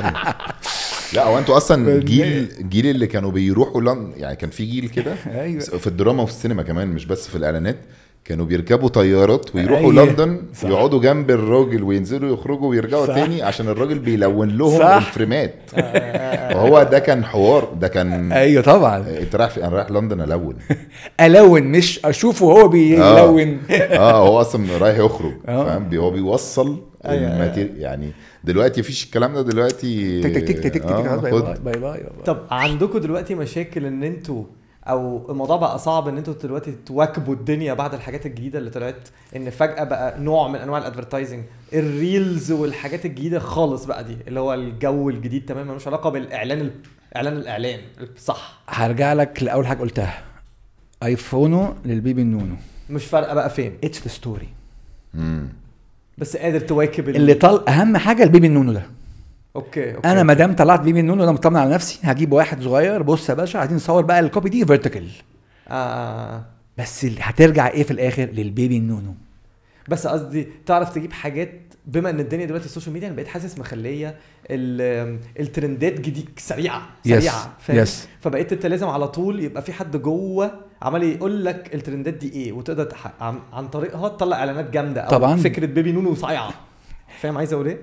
لا هو انتوا اصلا جيل جيل اللي كانوا بيروحوا لندن يعني، كان في جيل كده في الدراما وفي السينما كمان مش بس في الاعلانات، كانوا بيركبوا طيارات ويروحوا أيه. لندن صح. يقعدوا جنب الراجل وينزلوا يخرجوا ويرجعوا صح. تاني عشان الراجل بيلون لهم صح. الفريمات. وهو ده كان حوار، ده كان ايوه طبعا. انت رايح انا رايح لندن الون الون مش اشوفه هو بيلون. اه, آه هو اصلا رايح يخرج فاهم، هو بيوصل الماتير يعني. دلوقتي مفيش الكلام ده دلوقتي. تك تك تك تك تك باي باي باي. طب عندكم دلوقتي مشاكل ان انتوا او الموضوع بقى صعب ان انتوا دلوقتي تواكبوا الدنيا بعد الحاجات الجديده اللي طلعت، ان فجاه بقى نوع من انواع الادفرتايزنج الريلز والحاجات الجديده خالص بقى دي اللي هو الجو الجديد تماما ملوش علاقه بالاعلان، اعلان الاعلان صح؟ هرجع لك لاول حاجه قلتها، ايفونو للبيبي النونو مش فارقه بقى فين، اتس ذا ستوري. امم بس قادر تواكب اللي طال. اهم حاجه البيبي النونو ده. اوكي, أوكي. انا ما دام طلعت بيبي النونو انا مطمن على نفسي، هجيب واحد صغير بص يا باشا عايزين نصور بقى الكوبي دي فيرتيكال اه بس هترجع ايه في الاخر للبيبي النونو. بس قصدي تعرف تجيب حاجات، بما ان الدنيا دلوقتي السوشيال ميديا انا بقيت حاسس مخليه الترندات جديد سريعه سريعه yes. yes. فبقيت انت لازم على طول يبقى في حد جوه عمال يقول لك الترندات دي ايه، وتقدر عن, عن طريقها تطلع اعلانات جامده او طبعا. فكره بيبي نونو صايعه، فاهم عايز اقول ايه؟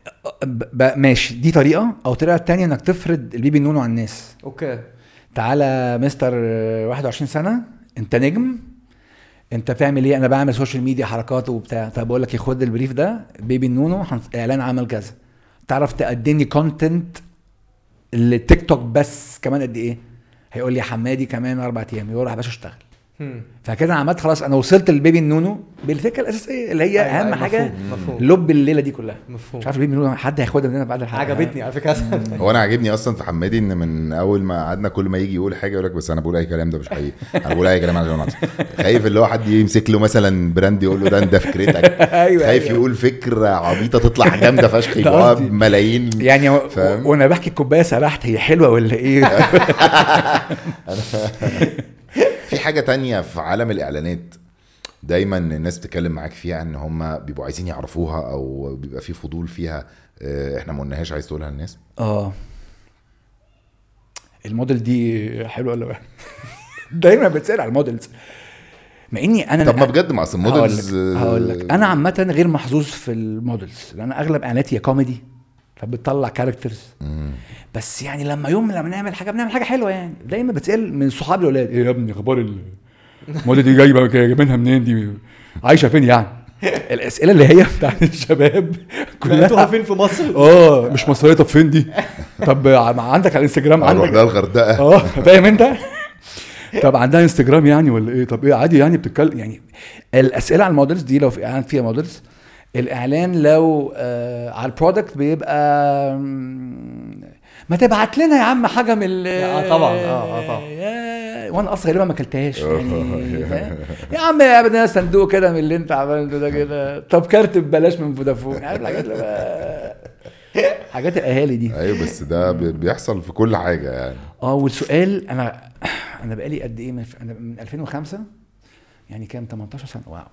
ماشي دي طريقه، او طريقه تانية انك تفرض البيبي النونو على الناس. اوكي تعالى مستر واحد وعشرين سنه انت نجم، انت بتعمل ايه؟ انا بعمل سوشيال ميديا حركات وبتاع. طب اقول لك خد البريف ده بيبي النونو اعلان عمل كذا، تعرف تقدمني كونتنت التيك توك بس كمان قد ايه؟ هيقول لي يا حمادي كمان اربع ايام يقول يا باشا اشتغل. فكده انا عملت خلاص، انا وصلت للبيبي النونو بالفكره الاساسيه اللي هي أيوة اهم أيوة حاجه لب الليله دي كلها. مفهوم. مش عارف البيبي النونو حد هياخدها مننا بعد الحلقه. عجبتني على فكره. هو انا عاجبني اصلا في حمادي ان من اول ما قعدنا كل ما يجي يقول حاجه يقول لك بس انا بقول اي كلام ده مش حقيقي، انا بقول اي كلام عشان خايف اللي هو حد يمسك له مثلا براند يقول له ده انت فكرتك. أيوة خايف أيوة. يقول فكره عبيطه تطلع جامده فشخ يبقى ملايين يعني. وانا بحكي الكوبايه سرحت هي حلوه ولا ايه؟ في حاجة تانية في عالم الإعلانات دايما الناس بتتكلم معاك فيها ان هم بيبقوا عايزين يعرفوها او بيبقى في فضول فيها، احنا ما قلناهاش عايز تقولها للناس؟ اه الموديل دي حلوه ولا دايما بتسأل على الموديلز. مع اني انا طب ما بجد مع اصل المودلز هقول لك انا عامه غير محظوظ في المودلز لان اغلب اعلاناتي كوميدي فبتطلع كاركترز. بس يعني لما يوم لما نعمل حاجه بنعمل حاجه حلوه يعني دايما بتسال من صحابي الاولاد ايه يا ابني اخبار الموديل دي جايبه جايبينها منين دي عايشه فين يعني الاسئله اللي هي بتاعت الشباب كلها فين في مصر اه مش مصريه طب فين دي طب عندك على الانستجرام عندك ده الغردقه اه فاهم انت طب عندها انستجرام يعني ولا ايه طب ايه عادي يعني بتتكلم يعني الاسئله على المودلز دي لو في اعلان فيها مودلز الاعلان لو آه على البرودكت بيبقى ما تبعت لنا يا عم حاجه من اه طبعا اه اه طبعا وانا اصلا غالبا ما اكلتهاش يعني فاهم يا عم يا ابني صندوق كده من اللي انت عملته ده كده طب كارت ببلاش من فودافون عارف الحاجات اللي حاجات الاهالي دي. ايوه بس ده بيحصل في كل حاجه يعني. اه والسؤال انا انا بقالي قد ايه من انا من ألفين وخمسة يعني كام تمنتاشر سنه واو.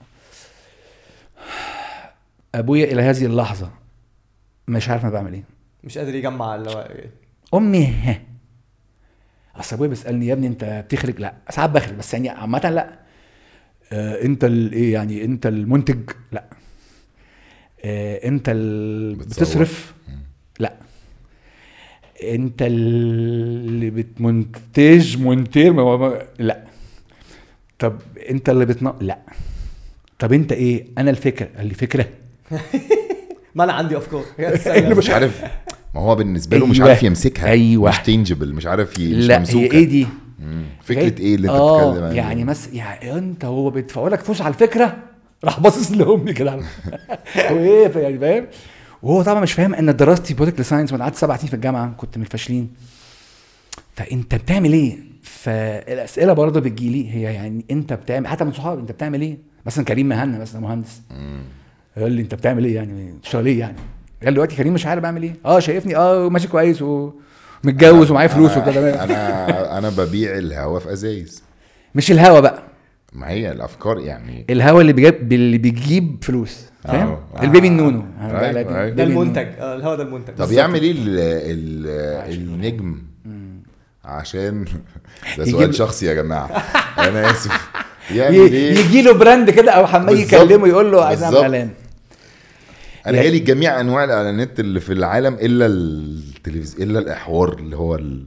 ابويا الى هذه اللحظه مش عارف انا بعمل ايه مش قادر يجمع اللي هو امي ها اصل ابويا بيسالني يا ابني انت بتخرج لا ساعات بخرج بس يعني عامه لا آه انت ايه يعني انت المنتج لا آه انت اللي بتصرف لا انت اللي بتمنتج مونتير لا طب انت اللي بتنق لا طب انت ايه انا الفكره قال لي فكره ما انا عندي افكار مش عارف ما هو بالنسبه له مش أيوة. عارف يمسكها أيوة. مش تنجبل مش عارف ي... مش لا ممسوكه. هي ايه دي مم. فكره ايه اللي انت آه بتتكلم عنها يعني مس يعني انت هو بيدفعوا لك فلوس على الفكره راح باصص لامي كده هو ايه يعني فاهم وهو طبعا مش فاهم ان دراستي بوليتيكال ساينس وانا قعدت سبع سنين في الجامعه كنت من الفاشلين فانت بتعمل ايه فالاسئله برضه بتجيلي هي يعني انت بتعمل حتى من صحابي انت بتعمل ايه مثلا كريم مهنا مثلا مهندس قال لي انت بتعمل ايه يعني بتشتغل ايه يعني قال دلوقتي كريم مش عارف اعمل ايه اه شايفني اه ماشي كويس ومتجوز ومعايا فلوس وكده انا انا ببيع الهوا في ازايز مش الهوا بقى ما هي الافكار يعني الهوا اللي بيجيب اللي بيجيب فلوس فاهم آه. البيبي النونو أيوة. أيوة. ده المنتج اه الهوا ده المنتج طب يعمل ايه ال ال النجم عشان ده سؤال شخصي يا جماعه انا اسف يعمل ايه يجي له براند كده او حماي يكلمه يقول له عايز اعمل اعلان انا جالي جميع انواع الاعلانات اللي في العالم الا التلفزيون الا الاحوار اللي هو ال...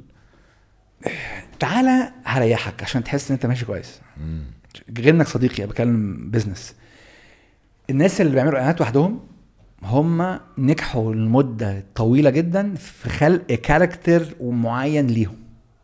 تعالى هريحك عشان تحس ان انت ماشي كويس غير انك صديقي بكلم بيزنس الناس اللي بيعملوا اعلانات وحدهم هم نجحوا لمده طويله جدا في خلق كاركتر معين ليهم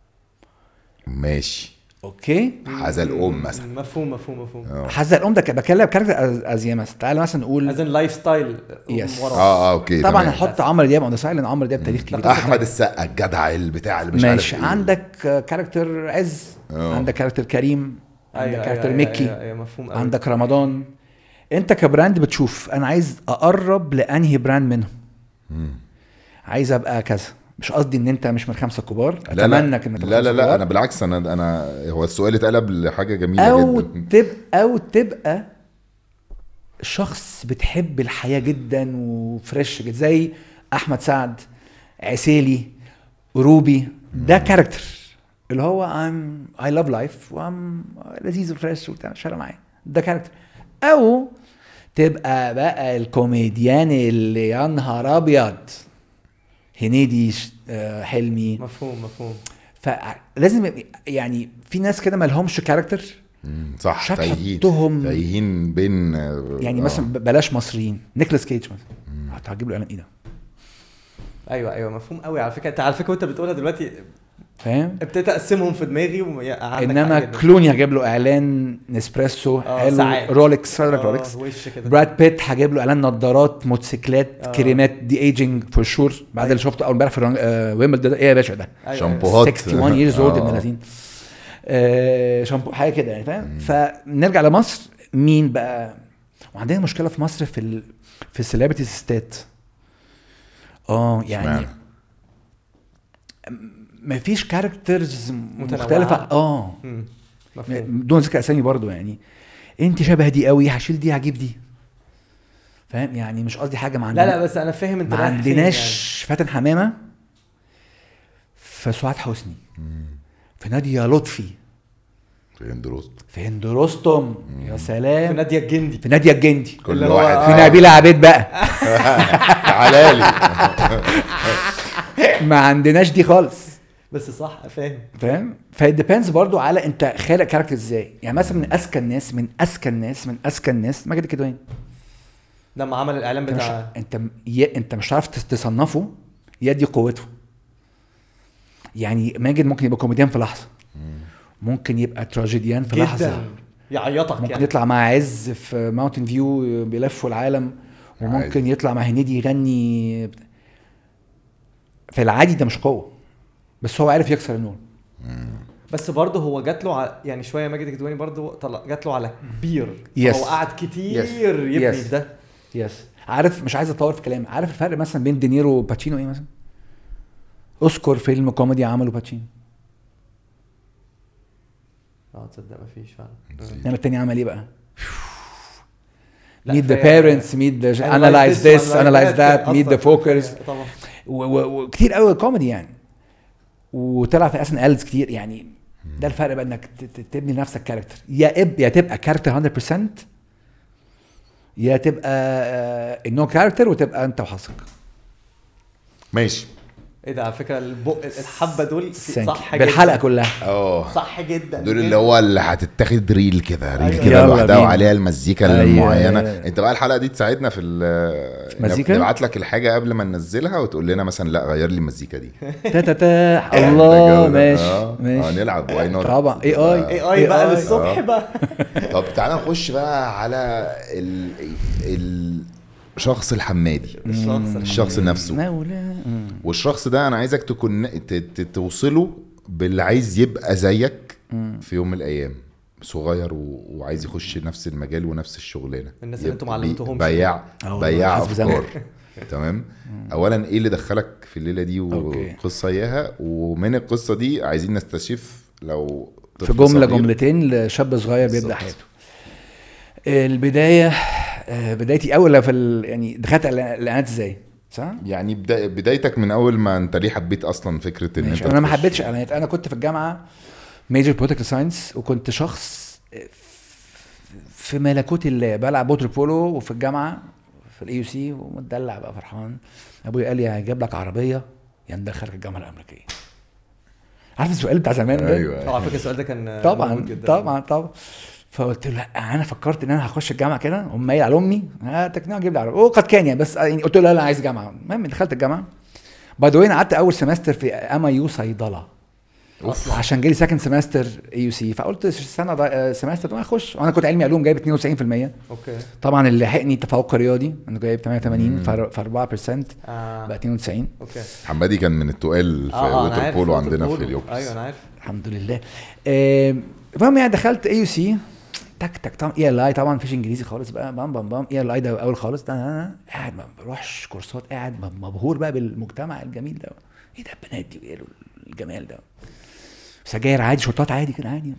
ماشي اوكي حذا الام مثلا مفهوم مفهوم مفهوم حذا الام ده بكلم كاركتر ازيمس تعالى مثلا نقول ازن لايف ستايل يس. اه اه اوكي طبعا هنحط عمرو دياب اون ذا سايد لان عمرو دياب تاريخ كبير احمد السقا الجدع البتاع اللي مش ماشي عارف إيه. عندك كاركتر عز أوه. عندك كاركتر كريم عندك أيوة كاركتر أيوة ميكي أيوة أيوة مفهوم عندك رمضان انت كبراند بتشوف انا عايز اقرب لانهي براند منهم مم. عايز ابقى كذا مش قصدي ان انت مش من الخمسه الكبار اتمنى انك لا لا لا, لا انا بالعكس انا انا هو السؤال اتقلب لحاجه جميله أو جدا تبقى او تبقى شخص بتحب الحياه جدا وفريش جدا زي احمد سعد عسيلي روبي ده كاركتر اللي هو I'm I love life وام لذيذ وفريش وبتاع مش فارق معايا ده كاركتر او تبقى بقى الكوميديان اللي يا نهار ابيض هنيدي حلمي مفهوم مفهوم فلازم يعني في ناس كده ما لهمش كاركتر صح تايهين تايهين بين يعني آه. مثلا بلاش مصريين نيكلاس كيج مثلا هتجيب له اعلان ايه ده ايوه ايوه مفهوم قوي على فكره انت على فكره وانت بتقولها دلوقتي فاهم ابتديت اقسمهم في دماغي انما كلوني هجيب له اعلان نسبريسو حلو رولكس رولكس براد بيت هجيب له اعلان نظارات موتوسيكلات أوه. كريمات دي ايجينج فور شور بعد أيوة. اللي شفته اول امبارح في ويمبل ده ايه يا باشا ده أيوة. شامبوهات واحد وستين ييرز اولد من الذين آه شامبو حاجه كده يعني فاهم فنرجع لمصر مين بقى وعندنا مشكله في مصر في ال... في السيلبرتي ستات اه يعني ما فيش كاركترز مختلفه اه بدون ذكر اسامي برضو يعني انت شبه دي قوي هشيل دي هجيب دي فاهم يعني مش قصدي حاجه مع لا لا بس انا فاهم انت ما عندناش يعني. فاتن حمامه في سعاد حسني في نادية لطفي في هند رستم في هند رستم يا في سلام، نادية الجندي. في نادية الجندي، كل اللي هو- واحد في نبيلة عبيد بقى. تعالى لي. ما عندناش دي خالص، بس صح فاهم. فاهم؟ فالديبندز برضو على انت خالق كاركتر ازاي. يعني مثلا من اذكى الناس من اذكى الناس من اذكى الناس ماجد الكدواني. لما عمل الاعلان انت مش بتاع انت م- يا انت مش عارف تصنفه، يا دي قوته. يعني ماجد ممكن يبقى كوميديان في لحظه، ممكن يبقى تراجيديان في لحظه، جدا يعيطك ممكن يعني. يطلع مع عز في ماونتن فيو بيلفوا العالم، وممكن عادي. يطلع مع هنيدي يغني. في العادي ده مش قوه، بس هو عارف يكسر النور. بس برضه هو جات له ع... يعني شويه ماجد الكدواني برضه طلع جات له على كبير. Yes. هو قعد كتير Yes. يبني Yes. في ده. يس. عارف، مش عايز اطول في كلام، عارف الفرق مثلا بين دينيرو وباتشينو ايه مثلا؟ اذكر فيلم كوميدي عمله باتشينو، اه تصدق مفيش فعلا. انما التاني عمل ايه بقى؟ لا، meet the كفاية. parents, meet the analyze this, analyze that, meet the focus. طبعا. و- و- وكتير قوي كوميدي يعني، وطلع في اسن الز كتير يعني. ده الفرق بقى، انك ت- ت- تبني لنفسك كاركتر، يا اب يا تبقى كاركتر مية بالمية، يا تبقى انه كاركتر وتبقى انت وحظك. ماشي. ايه ده على فكره البق الحبه دول في- صح جدا بالحلقه كلها. اه صح جدا دول اللي هو اللي هتتاخد ريل كده، ريل أيوة. كده يلا لوحدها بينا. وعليها المزيكا أيوة. المعينه. انت بقى الحلقه دي تساعدنا في ال- مزيكا؟ نبعت لك الحاجه قبل ما ننزلها وتقول لنا مثلا لا غير لي المزيكا دي. تا تا تا ده الله، جودة. ماشي اه ماشي. اه نلعب واي نوت. طبعا اي اي اي اي بقى إيه آي. للصبح آه. بقى. طب تعالى نخش بقى على ال... الشخص الحمادي، الشخص الشخص نفسه. مولا. مم. والشخص ده انا عايزك تكون ت- ت- توصله باللي عايز يبقى زيك في يوم من الايام، صغير و... وعايز يخش نفس المجال ونفس الشغلانه. الناس اللي انتوا ما يبقى علمتهمش. بياع آه والله، بياع حسب زمن. افكار. تمام. اولا ايه اللي دخلك في الليله دي أوكي. وقصه اياها، ومن القصه دي عايزين نستشف لو في طفل جمله صغير- جملتين لشاب صغير بيبدا بالظبط. حياته. البدايه، آه، بدايتي اول في ال... يعني دخلت الاعلانات ازاي، صح؟ يعني بدا... بدايتك من اول ما انت ليه حبيت اصلا فكره ان ماشي. انت انا ما تخش؟ حبيتش اعلانات. انا كنت في الجامعه ميجر بوليتيكال ساينس، وكنت شخص في ملكوت الله بلعب بوتر بولو وفي الجامعه في الاي يو سي ومتدلع بقى فرحان. ابويا قال لي هجيب لك عربيه يا ندخلك الجامعه الامريكيه. عارف السؤال بتاع زمان ده؟ ايوه اه على فكره السؤال ده كان طبعا موجود جدا. طبعا طبعا. فقلت له لا، انا فكرت ان انا هخش الجامعه كده، قوم مايل على امي هتقنعني اجيب لي عربيه، وقد كان يعني. بس يعني قلت له لا لا عايز جامعه. المهم دخلت الجامعه. باي ذا واي قعدت اول سمستر في ام يو صيدله اصلا عشان جالي سكند سمستر اي يو سي. فقلت السنه ده سمستر ما اخش، وانا كنت علمي علوم جايب اتنين وتسعين في المية. اوكي طبعا اللي لحقني تفوق رياضي انا جايب تمانية وتمانين ف أربعة بالمية اه بقى اتنين وتسعين. اوكي حمادي كان من التقال في اه اه انا ووتر عارف بولو ووتر عندنا بولو. في اليوبس. ايوه انا عارف. الحمد لله. آه، المهم يعني دخلت اي يو سي، تك تك طبعا اي ال اي، طبعا مفيش انجليزي خالص بقى، بام بام بام. اي ال اي ده اول خالص، ده انا قاعد ما بروحش كورسات، قاعد مبهور بقى بالمجتمع الجميل ده. ايه ده البنات دي وايه الجمال ده، سجاير عادي، شرطات عادي كده عادي.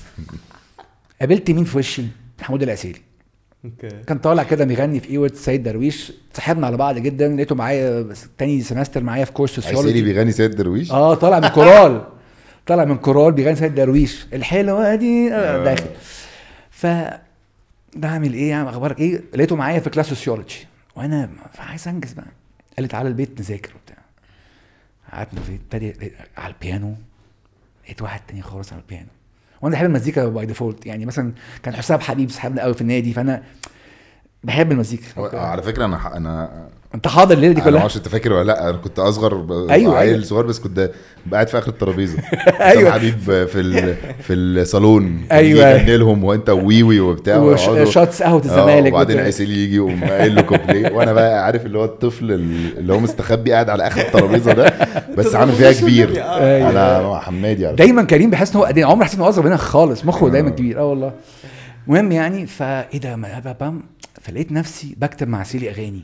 قابلت مين في وشي؟ محمود العسيلي. اوكي كان طالع كده بيغني في ايوت سيد درويش، صاحبنا على بعض جدا، لقيته معايا تاني سمستر معايا في كورس عسيلي سوسيولوجي. بيغني سيد درويش. اه طالع من كورال، طالع من كورال بيغني سيد درويش الحلوه دي آه داخل. ف بعمل ايه يعني، اخبارك ايه؟ لقيته معايا في كلاس سوسيولوجي وانا عايز انجز بقى. قال لي تعالى البيت نذاكر وبتاع. قعدنا في ابتدي على البيانو، لقيت واحد تاني خالص على البيانو. وانا بحب المزيكا باي ديفولت يعني. مثلا كان حسام حبيب صاحبنا قوي في النادي، فانا بحب المزيكا. هو- على فكره انا انا انت حاضر الليله دي انا ما كلها؟ اعرفش انت فاكر ولا لا. انا كنت اصغر ب... أيوة، عيل أيوة. صغير، بس كنت قاعد في اخر الترابيزه. أيوة. حسام حبيب في ال... في الصالون أيوة. يغني لهم وانت ويوي وبتاع ويقعدوا- وشاتس قهوه اه، الزمالك وبعدين وبتاع. عسيلي يجي ويقوم قايل له كوبليه، وانا بقى عارف اللي هو الطفل اللي هو مستخبي قاعد على اخر الترابيزه ده، بس عامل فيها كبير. أيوة. انا حمادي على دايما كريم بحس ان هو قديم، عمري حسيت ان هو اصغر منها خالص، مخه دايما كبير. اه والله. المهم يعني فايه ده ما بام، فلقيت نفسي بكتب مع سيلي اغاني.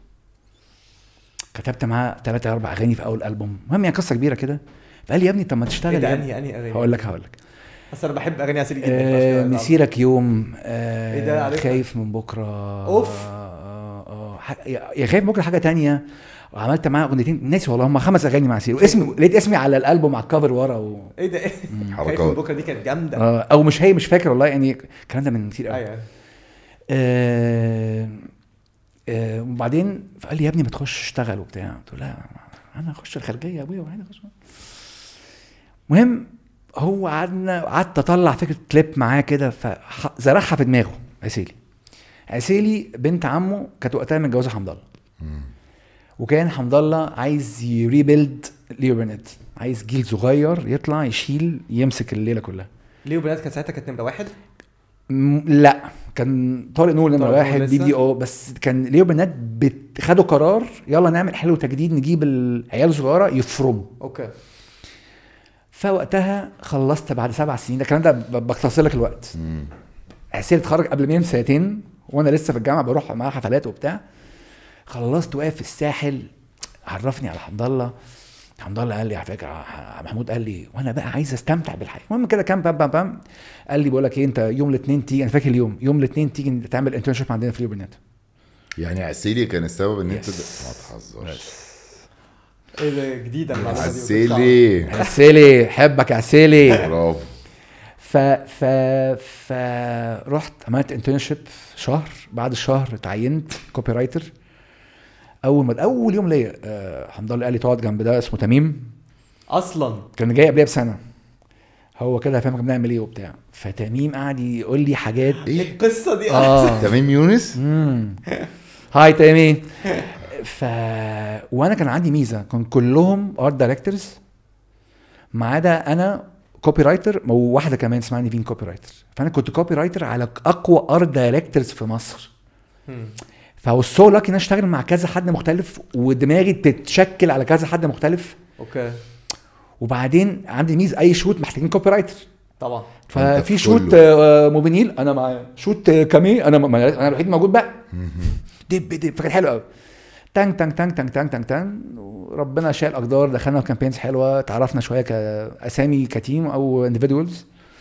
كتبت معاه ثلاثة اربع اغاني في اول البوم. المهم يعني قصه كبيره كده. فقال لي يا ابني طب ما تشتغل. ايه ده يا انهي انهي اغاني؟ هقول لك هقول لك بس انا بحب اغاني عسيلي جدا. آه فعشان كده مسيرك يوم، آه إيه ده عارفها؟ خايف من بكره. أوف. آه آه ح- يا خايف ممكن حاجه تانية. وعملت معاه اغنيتين ناسي والله، هم خمس اغاني مع سيري، واسمي لقيت اسمي على الالبوم على الكفر ورا و... ايه ده؟ ايه حركات. خايف من بكره دي كانت جامده. آه او مش هي مش فاكر والله يعني، الكلام ده من كتير قوي. ايوه آه آه وبعدين قال لي يا ابني ما تخش اشتغل وبتاع، قلت له لا انا اخش الخارجيه يا ابويا وبعدين اخش. المهم هو قعدنا قعدت اطلع فكره كليب معاه كده، فزرعها في دماغه. عسيلي عسيلي بنت عمه كانت وقتها متجوزه حمد الله، وكان حمد الله عايز يريبيلد ليو برنات، عايز جيل صغير يطلع يشيل يمسك الليله كلها. ليو برنات كانت ساعتها كانت نمره واحد. م- لا كان طارق نور نمره طارق نور واحد، بي لسه. دي او، بس كان ليو برنات بت- خدوا قرار يلا نعمل حلو تجديد، نجيب العيال الصغيره يفرموا. اوكي. فوقتها خلصت بعد سبع سنين، ده الكلام ده ب- بختصر لك الوقت. عسير اتخرج قبل مني بسنتين وانا لسه في الجامعه بروح معاه حفلات وبتاع. خلصت واقف في الساحل، عرفني على حمد الله. حمد الله قال لي على فكره محمود، قال لي وانا بقى عايز استمتع بالحياه. المهم كده كام بام بام بام قال لي بقول لك ايه، انت يوم الاثنين تيجي، انا فاكر اليوم يوم الاثنين تيجي تعمل انترنشيب عندنا في ليو برنات. يعني عسيلي كان السبب ان انت Yes. ما تهزرش. ايه ده جديده المعلومه دي. عسيلي عسيلي حبك يا عسيلي. برافو. ف ف ف رحت عملت انترنشيب شهر، بعد الشهر اتعينت كوبي رايتر. اول ما اول يوم ليا آه، حمد الله قال لي تقعد جنب ده اسمه تميم، اصلا كان جاي قبلها بسنه. هو كده فاهم بنعمل ايه وبتاع، فتميم قعد يقول لي حاجات. ايه القصه دي اه تميم يونس. امم هاي تميم. ف وانا كان عندي ميزه، كان كلهم ارت دايركتورز ما عدا انا كوبي رايتر، وواحده كمان اسمها نيفين كوبي رايتر. فانا كنت كوبي رايتر على اقوى ارت دايركتورز في مصر. مم. فهو سو لاكي ان انا اشتغل مع كذا حد مختلف، ودماغي تتشكل على كذا حد مختلف. اوكي وبعدين عندي ميزه، اي شوت محتاجين كوبي رايتر. طبعا. فأنت ففي في شوت كله. آه، موبينيل انا معايا، شوت آه، كامي انا ما- انا الوحيد موجود بقى. دب دب فكان حلو قوي. تانج تانج تانج تانج تانج تانج تانج وربنا شاء الاقدار، دخلنا في كامبينز حلوه، تعرفنا شويه كاسامي كتيم او انديفيدوالز.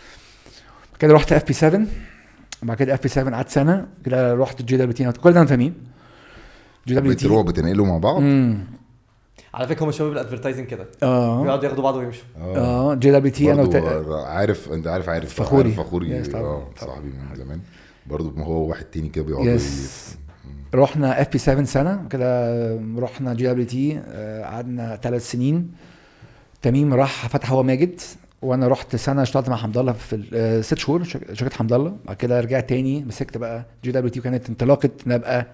كده رحت اف بي سبعة، وبعد كده اف بي سبعة قعدت سنه كده، رحت جي دبليو تي، كل ده انت فاهمين جي دبليو تي. بتروحوا بتنقلوا مع بعض. امم على فكره هم شباب الادفرتايزنج كده اه بيقعدوا ياخدوا بعض ويمشوا. اه جي دبليو تي انا برضو وت... عارف انت عارف عارف فخوري. عارف فخوري Yes، طبعاً. اه صاحبي من زمان برضو، هو واحد تاني كده بيقعدوا يس. رحنا اف بي سبعة سنه كده، رحنا جي دبليو تي قعدنا ثلاث سنين. تميم راح فتح هو ماجد، وانا رحت سنه اشتغلت مع حمد الله في ال- ست شهور شر- شركه حمد الله. بعد كده رجعت تاني مسكت بقى جي دبليو تي، وكانت انطلاقه ان ابقى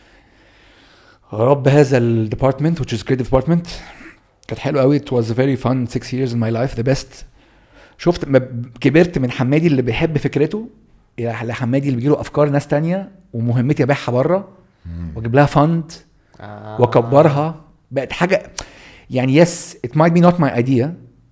رب هذا الديبارتمنت which is creative department. كانت حلوه قوي. it was a very fun six years in my life, the best. شفت ما كبرت من حمادي اللي بيحب فكرته الى حمادي اللي بيجيله افكار ناس تانية ومهمتي ابيعها بره واجيب لها فند آه. واكبرها. بقت حاجه يعني يس it might be not my idea،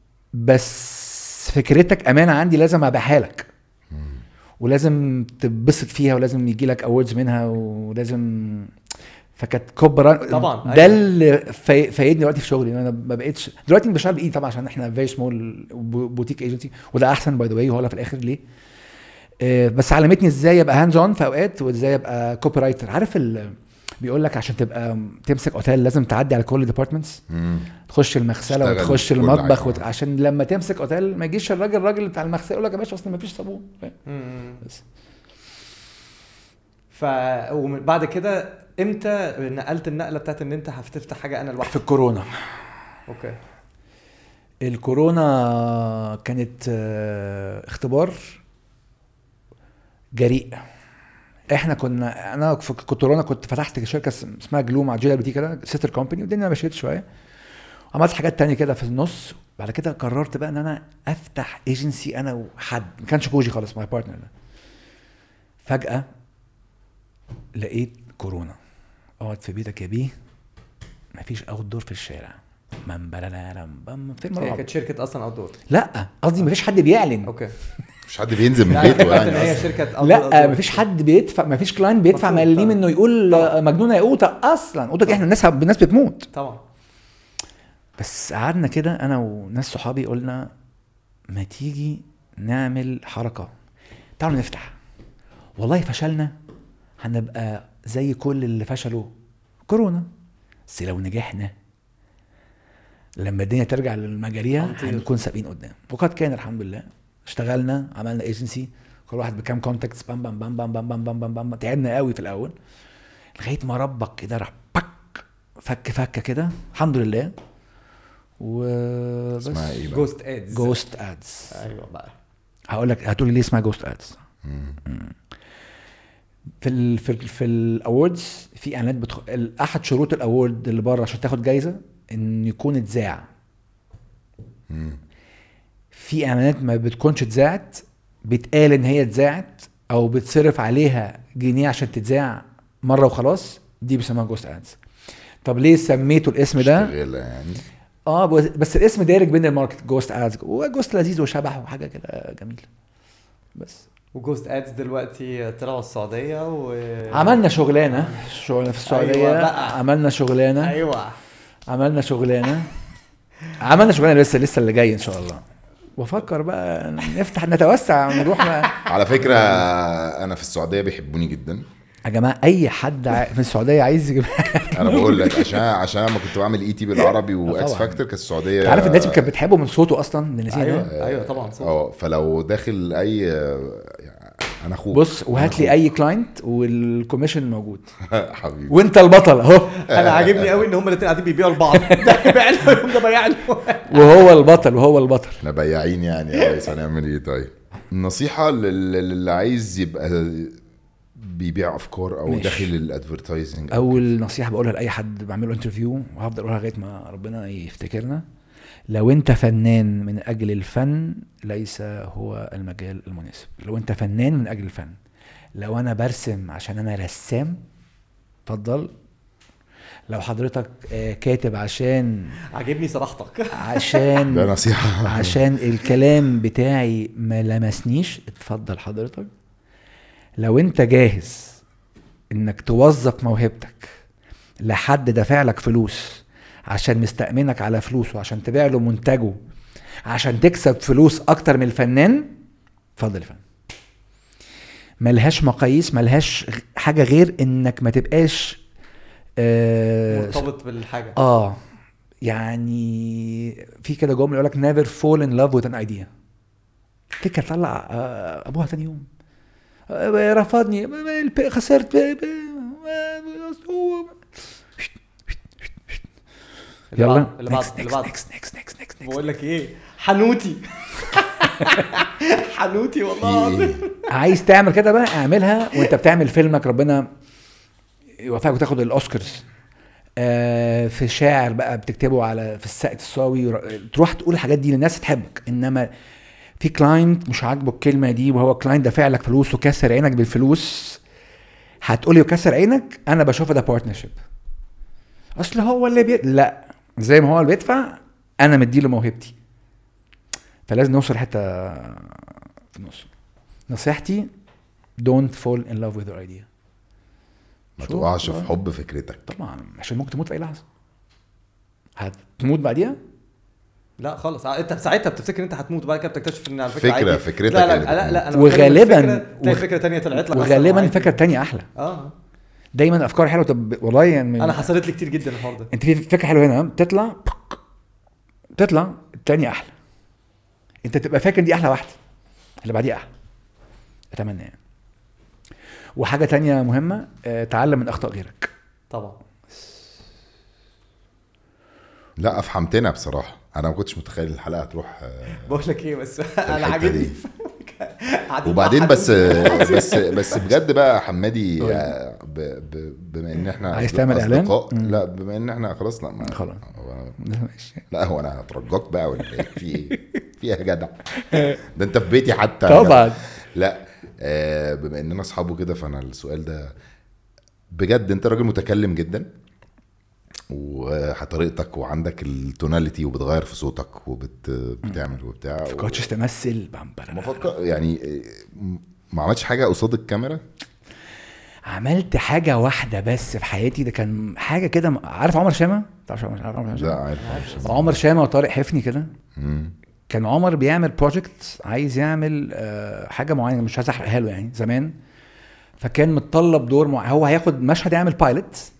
بس فكرتك امانه عندي لازم ابيعها لك، ولازم تتبسط فيها، ولازم يجي لك اووردز منها، ولازم فكانت كبران طبعاً، ده أيوة. اللي في- فايدني دلوقتي في شغلي. انا ما بقتش دلوقتي بشتغل بايدي طبعا عشان احنا فيري سمول بوتيك ايجنسي، وده احسن باي ذا واي. وهو في الاخر ليه آه، بس علمتني ازاي ابقى هاندز اون في اوقات، وازاي ابقى كوبي رايتر. عارف ال بيقول لك عشان تبقى تمسك اوتيل لازم تعدي على كل الديبارتمنتس، تخش المغسله تشتغل وتخش في كل المطبخ حاجة. وت... عشان لما تمسك اوتيل ما يجيش الراجل الراجل بتاع المغسله يقول لك يا باشا اصل ما فيش صابون. فاهم؟ مم. بس. ف وبعد كده امتى نقلت النقله بتاعت ان انت هتفتح حاجه انا في لوحدي؟ الكورونا. اوكي. الكورونا كانت آه، اختبار جريء. احنا كنا انا في كورونا كنت فتحت شركه اسمها جلو مع جي دبليو تي كده سيستر كومباني، والدنيا مشيت شويه وعملت حاجات تانية كده في النص. بعد كده قررت بقى ان انا افتح ايجنسي انا وحد ما كانش كوجي خالص، ماي بارتنر ده. فجاه لقيت كورونا، اقعد في بيتك يا بيه، مفيش اوت دور في الشارع، من بلالم بم فيلم هي رعب. كانت شركه اصلا اوت دور. لا قصدي مفيش حد بيعلن. اوكي. مش حد بينزل من لا، بيته فكرت ان يعني هي أصلاً. شركه outdoor- لا outdoor. مفيش حد بيدفع، مفيش كلاين بيدفع مفهوم مليم طبعاً. انه يقول طبعاً. مجنونه يا قوطه. اصلا قوطه دي احنا الناس الناس بتموت. طبعا. بس قعدنا كده انا وناس صحابي قلنا ما تيجي نعمل حركه، تعالوا نفتح. والله فشلنا هنبقى زي كل اللي فشلوا كورونا، بس لو نجحنا لما الدنيا ترجع للمجاريها هنكون سابقين قدام، وقد كان الحمد لله. اشتغلنا، عملنا ايجنسي، كل واحد بكام كونتاكتس، بام بام بام بام بام بام بام بام بام. تعبنا قوي في الاول لغايه ما ربك كده راح بك فك فكه كده الحمد لله. وبس. اسمها ايه بقى؟ جوست ادز. جوست ادز. ايوه بقى. هقول لك، هتقولي ليه اسمها جوست ادز. في ال في ال في الاوردز في اعلانات بتدخل، احد شروط الاورد اللي بره عشان تاخد جايزه ان يكون اتذاع. في اعلانات ما بتكونش اتذاعت، بتقال ان هي اتذاعت او بتصرف عليها جنيه عشان تتذاع مره وخلاص، دي بيسموها جوست ادز. طب ليه سميته الاسم ده؟ يعني اه بس الاسم دارج بين الماركت، جوست ادز، وجوست لذيذ وشبح وحاجه كده جميله. بس وجوست ادز دلوقتي طلعوا السعوديه و عملنا شغلانه شغلانه في السعوديه. أيوة بقى. عملنا شغلانه ايوه عملنا شغلانه عملنا شغلانه لسه لسه اللي جاي ان شاء الله. وافكر بقى نفتح نتوسع نروح على فكره انا في السعوديه بيحبوني جدا يا جماعه. اي حد في السعوديه عايز يجيب انا بقول لك عشان عشان لما كنت بعمل اي تي بالعربي واكس طبعاً. فاكتور كانت السعوديه عارف الناس كانت بتحبه من صوته اصلا من نسينا. ايوه ايوه طبعا صح. اه فلو داخل اي انا اخوك بص وهات لي اي كلاينت والكوميشن موجود حبيبي وانت البطل اهو. انا عاجبني قوي ان هم الاثنين قاعدين بيبيعوا لبعض، ده بيبيع له ده بيع له وهو البطل وهو البطل. احنا بياعين يعني يا ريس هنعمل ايه؟ طيب النصيحه للي عايز يبقى بيبيع افكار او ماشي. داخل الادفيرتايزنج، اول نصيحه بقولها لاي حد بعمله انترفيو وهفضل اقولها لغايه ما ربنا يفتكرنا: لو انت فنان من اجل الفن ليس هو المجال المناسب. لو انت فنان من اجل الفن، لو انا برسم عشان انا رسام اتفضل. لو حضرتك كاتب عشان عجبني صراحتك عشان ده نصيحه عشان الكلام بتاعي ما لمسنيش اتفضل حضرتك. لو انت جاهز انك توظف موهبتك لحد دافع لك فلوس عشان مستأمنك على فلوسه عشان تبيع له منتجه عشان تكسب فلوس اكتر من الفنان، اتفضل الفن. ملهاش مقاييس، ملهاش حاجة غير انك ما تبقاش آه مرتبط بالحاجه. اه يعني في كده جمله يقول لك never fall in love with an idea. فكره طلع آه ابوها تاني يوم آه رفضني خسرت يلا اللي بعد اللي بعد بقول لك ايه حنوتي حنوتي والله العظيم. عايز تعمل كده بقى اعملها وانت بتعمل فيلمك ربنا يوفقك وتاخد الاوسكارز. آه في شاعر بقى بتكتبه على في السقف الصاوي تروح تقول الحاجات دي للناس تحبك. انما في كلاينت مش عاجبه الكلمه دي وهو كلاينت دافع لك فلوس وكسر عينك بالفلوس هتقولي وكسر عينك. انا بشوفه ده بارتنرشيب. اصل هو اللي بي... لا زي ما هو اللي بيدفع انا مديله موهبتي. فلازم نوصل حتى في النص. نصيحتي don't fall in love with your idea. ما تقعش في حب فكرتك طبعا عشان ممكن تموت في اي لحظه. هتموت بعديها؟ لا خالص انت ساعتها بتفتكر انت هتموت وبعد كده بتكتشف ان على فكره فكره عادي. فكرتك لا لا لا, لا انا وغالبا تلاقي فكره ثانيه طلعت لك وغالبا الفكره الثانيه احلى. اه دايما افكار حلوه. طب والله يعني انا حصلت لي كتير جدا الحوار ده. انت في فكره حلوه هنا تطلع تطلع الثانيه احلى. انت تبقى فاكر دي احلى واحده اللي بعديها احلى. اتمنى يعني. وحاجه تانية مهمه اه تعلم من اخطاء غيرك. طبعا. لا افهمتنا بصراحه. انا ما كنتش متخيل الحلقه هتروح بقول لك ايه بس انا عاجبني وبعدين بس بس بس بجد بقى حمادي بما ان احنا عايز تعمل اعلان. لا بما ان احنا خلاص لا خلاص لا هو انا هترجاك بقى ولا ايه في ايه في ايه يا جدع ده انت في بيتي حتى طبعا. لا آه بما اننا اصحابه كده فانا السؤال ده بجد انت راجل متكلم جدا وطريقتك وعندك التوناليتي وبتغير في صوتك وبتعمل وبتاع فكرتش و... تمثل ما فكر يعني ما عملتش حاجه قصاد الكاميرا. عملت حاجه واحده بس في حياتي. ده كان حاجه كده. عارف عمر شامه؟ تعرف عمر شامه؟ لا عارف عمر شامه وطارق حفني كده. كان عمر بيعمل بروجكت عايز يعمل حاجه معينه مش عايز احرقها له يعني زمان. فكان متطلب دور مع... هو هياخد مشهد يعمل بايلوت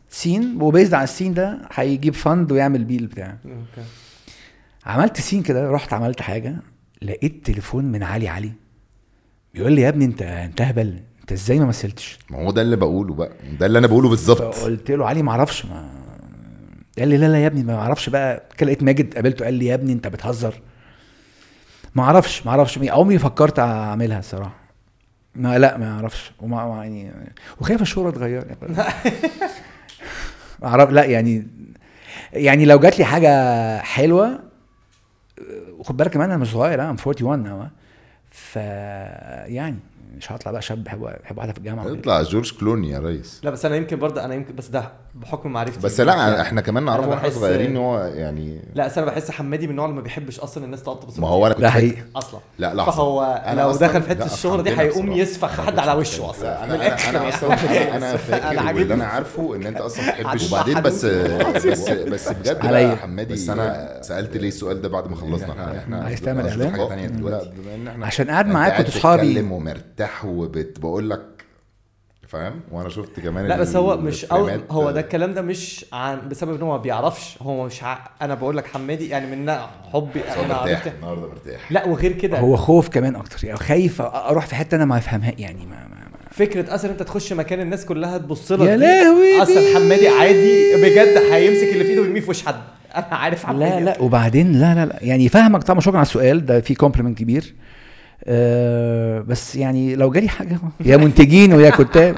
سين، وبيزد على السين ده هيجيب فند ويعمل بيل بتاعه. اوكي. عملت سين كده، رحت عملت حاجه، لقيت تليفون من علي علي بيقول لي يا ابني انت انت هبل، انت ازاي ما مثلتش؟ ما هو ده اللي بقوله بقى، ده اللي انا بقوله بالظبط. فقلت له علي ما اعرفش، ما قال لي لا لا يا ابني ما اعرفش. بقى كده لقيت ماجد قابلته قال لي يا ابني انت بتهزر، ما اعرفش ما اعرفش عمري فكرت اعملها الصراحه، ما لا ما اعرفش، وما ما يعني وخايف الشهره تغير يعني. اعرف لا يعني يعني لو جات لي حاجه حلوه، وخد بالك كمان انا مش صغير، انا واحد وأربعين اهو، ف يعني مش هطلع بقى شاب بحب بحب واحده في الجامعه. اطلع جورج كلوني يا ريس. لا بس انا يمكن برضه انا يمكن بس ده بحكم معرفتي بس لا احنا كمان نعرفه واحنا بحس- صغيرين ان هو يعني لا بس انا بحس حمادي من النوع اللي ما بيحبش اصلا الناس تقطب بصوته. ما هو انا كنت ده فاكر- حقيقي. اصلا لا لحظه، فهو أنا لو أصلاً- دخل في حته لا، الشهره دي حبينا هيقوم بصراحة. يسفخ أنا حد على كنت وشه فاكر. اصلا. لا، من انا الآخر انا يعني. اصلا انا فاكر أنا واللي انا عاجبني. عارفه ان انت اصلا ما بتحبش. عاجبني. وبعدين بس بس بس بجد بقى عليا. يا حمادي، بس انا سالت ليه السؤال ده بعد ما خلصنا. احنا عايز تعمل هنشوف إعلان؟ حاجه ثانيه دلوقتي، بما ان احنا عشان قاعد أنت معاك قاعد كنت صحابي. بتتكلم ومرتاح وبقول لك فاهم، وانا شفت كمان لا بس هو مش أو الفريمات. هو ده الكلام ده مش عن بسبب ان هو ما بيعرفش، هو مش ع... انا بقول لك حمادي يعني من حبي بس هو انا مرتاح عرفت. النهارده، مرتاح. لا وغير كده هو خوف كمان اكتر يعني، خايف اروح في حته انا ما افهمها يعني ما, ما, ما. فكره اصلا انت تخش مكان الناس كلها تبص لك يا دي، لهوي اصلا دي. حمادي عادي بجد هيمسك اللي في ايده ويرميه في وش حد. انا عارف حمادي. لا لا وبعدين لا لا لا يعني فاهمك طبعا، شكرا على السؤال ده، في كومبلمنت كبير. أه بس يعني لو جالي حاجه يا منتجين ويا كتاب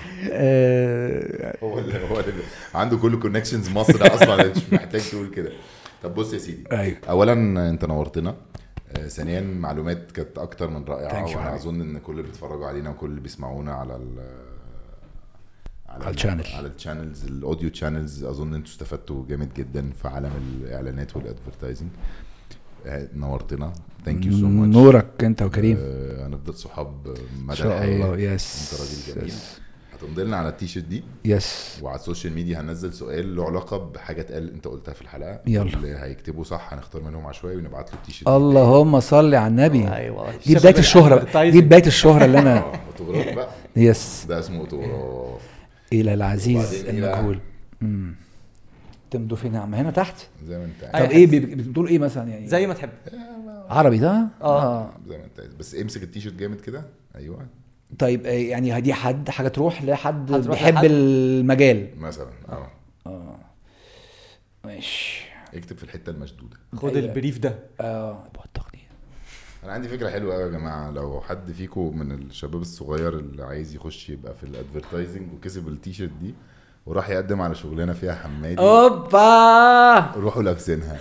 أه هو اللي هو اللي عنده كل كونكشنز مصر اصلا، مش محتاج تقول كده. طب بص يا سيدي، ايوه اولا انت نورتنا، آه، ثانيا معلومات كانت اكتر من رائعه، Thank you. وانا اظن ان كل اللي بيتفرجوا علينا وكل اللي بيسمعونا على ال على الشانل. على الشانلز الاوديو شانلز، اظن انتوا استفدتوا جامد جدا في عالم الاعلانات والادفرتايزنج. آه، نورتنا، ثانك يو سو ماتش. نورك انت وكريم آه، هنفضل صحاب ان مدى شاء الحياه. الله. يس انت راجل جميل. هتمضي لنا على التيشيرت دي، يس وعلى السوشيال ميديا هننزل سؤال له علاقه بحاجه اتقال انت قلتها في الحلقه. يلا. اللي هيكتبوا صح هنختار منهم عشوائي ونبعت له التيشيرت. اللهم صل على النبي. ايوه دي بدايه الشهره، دي بدايه الشهره اللي انا اوتوغراف بقى، يس ده اسمه اوتوغراف. الى العزيز وبعدين إيه بقى؟ المجهول. امم تمدوا فين يا عم؟ هنا تحت. زي ما انت طب عايز، أي ايه حاجة. بي- بتقول ايه مثلا يعني؟ زي ما تحب. عربي ده آه. زي ما انت عايز، بس امسك التيشيرت جامد كده. ايوه طيب آه، يعني دي حد حاجه تروح لحد هتروح بيحب لحد. المجال. مثلا اه اه ماشي. اكتب في الحته المشدوده. خد أيوة. البريف ده. اه بوضحني. انا عندي فكره حلوه قوي يا جماعه، لو حد فيكم من الشباب الصغير اللي عايز يخش يبقى في الادفرتايزنج وكسب التيشيرت دي وراح يقدم على شغلانه فيها حمادي، اوبا روحوا لابسينها.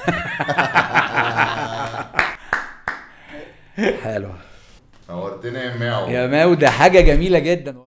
حلو نورتنا يا ماو. يا ماو، ده حاجه جميله جدا.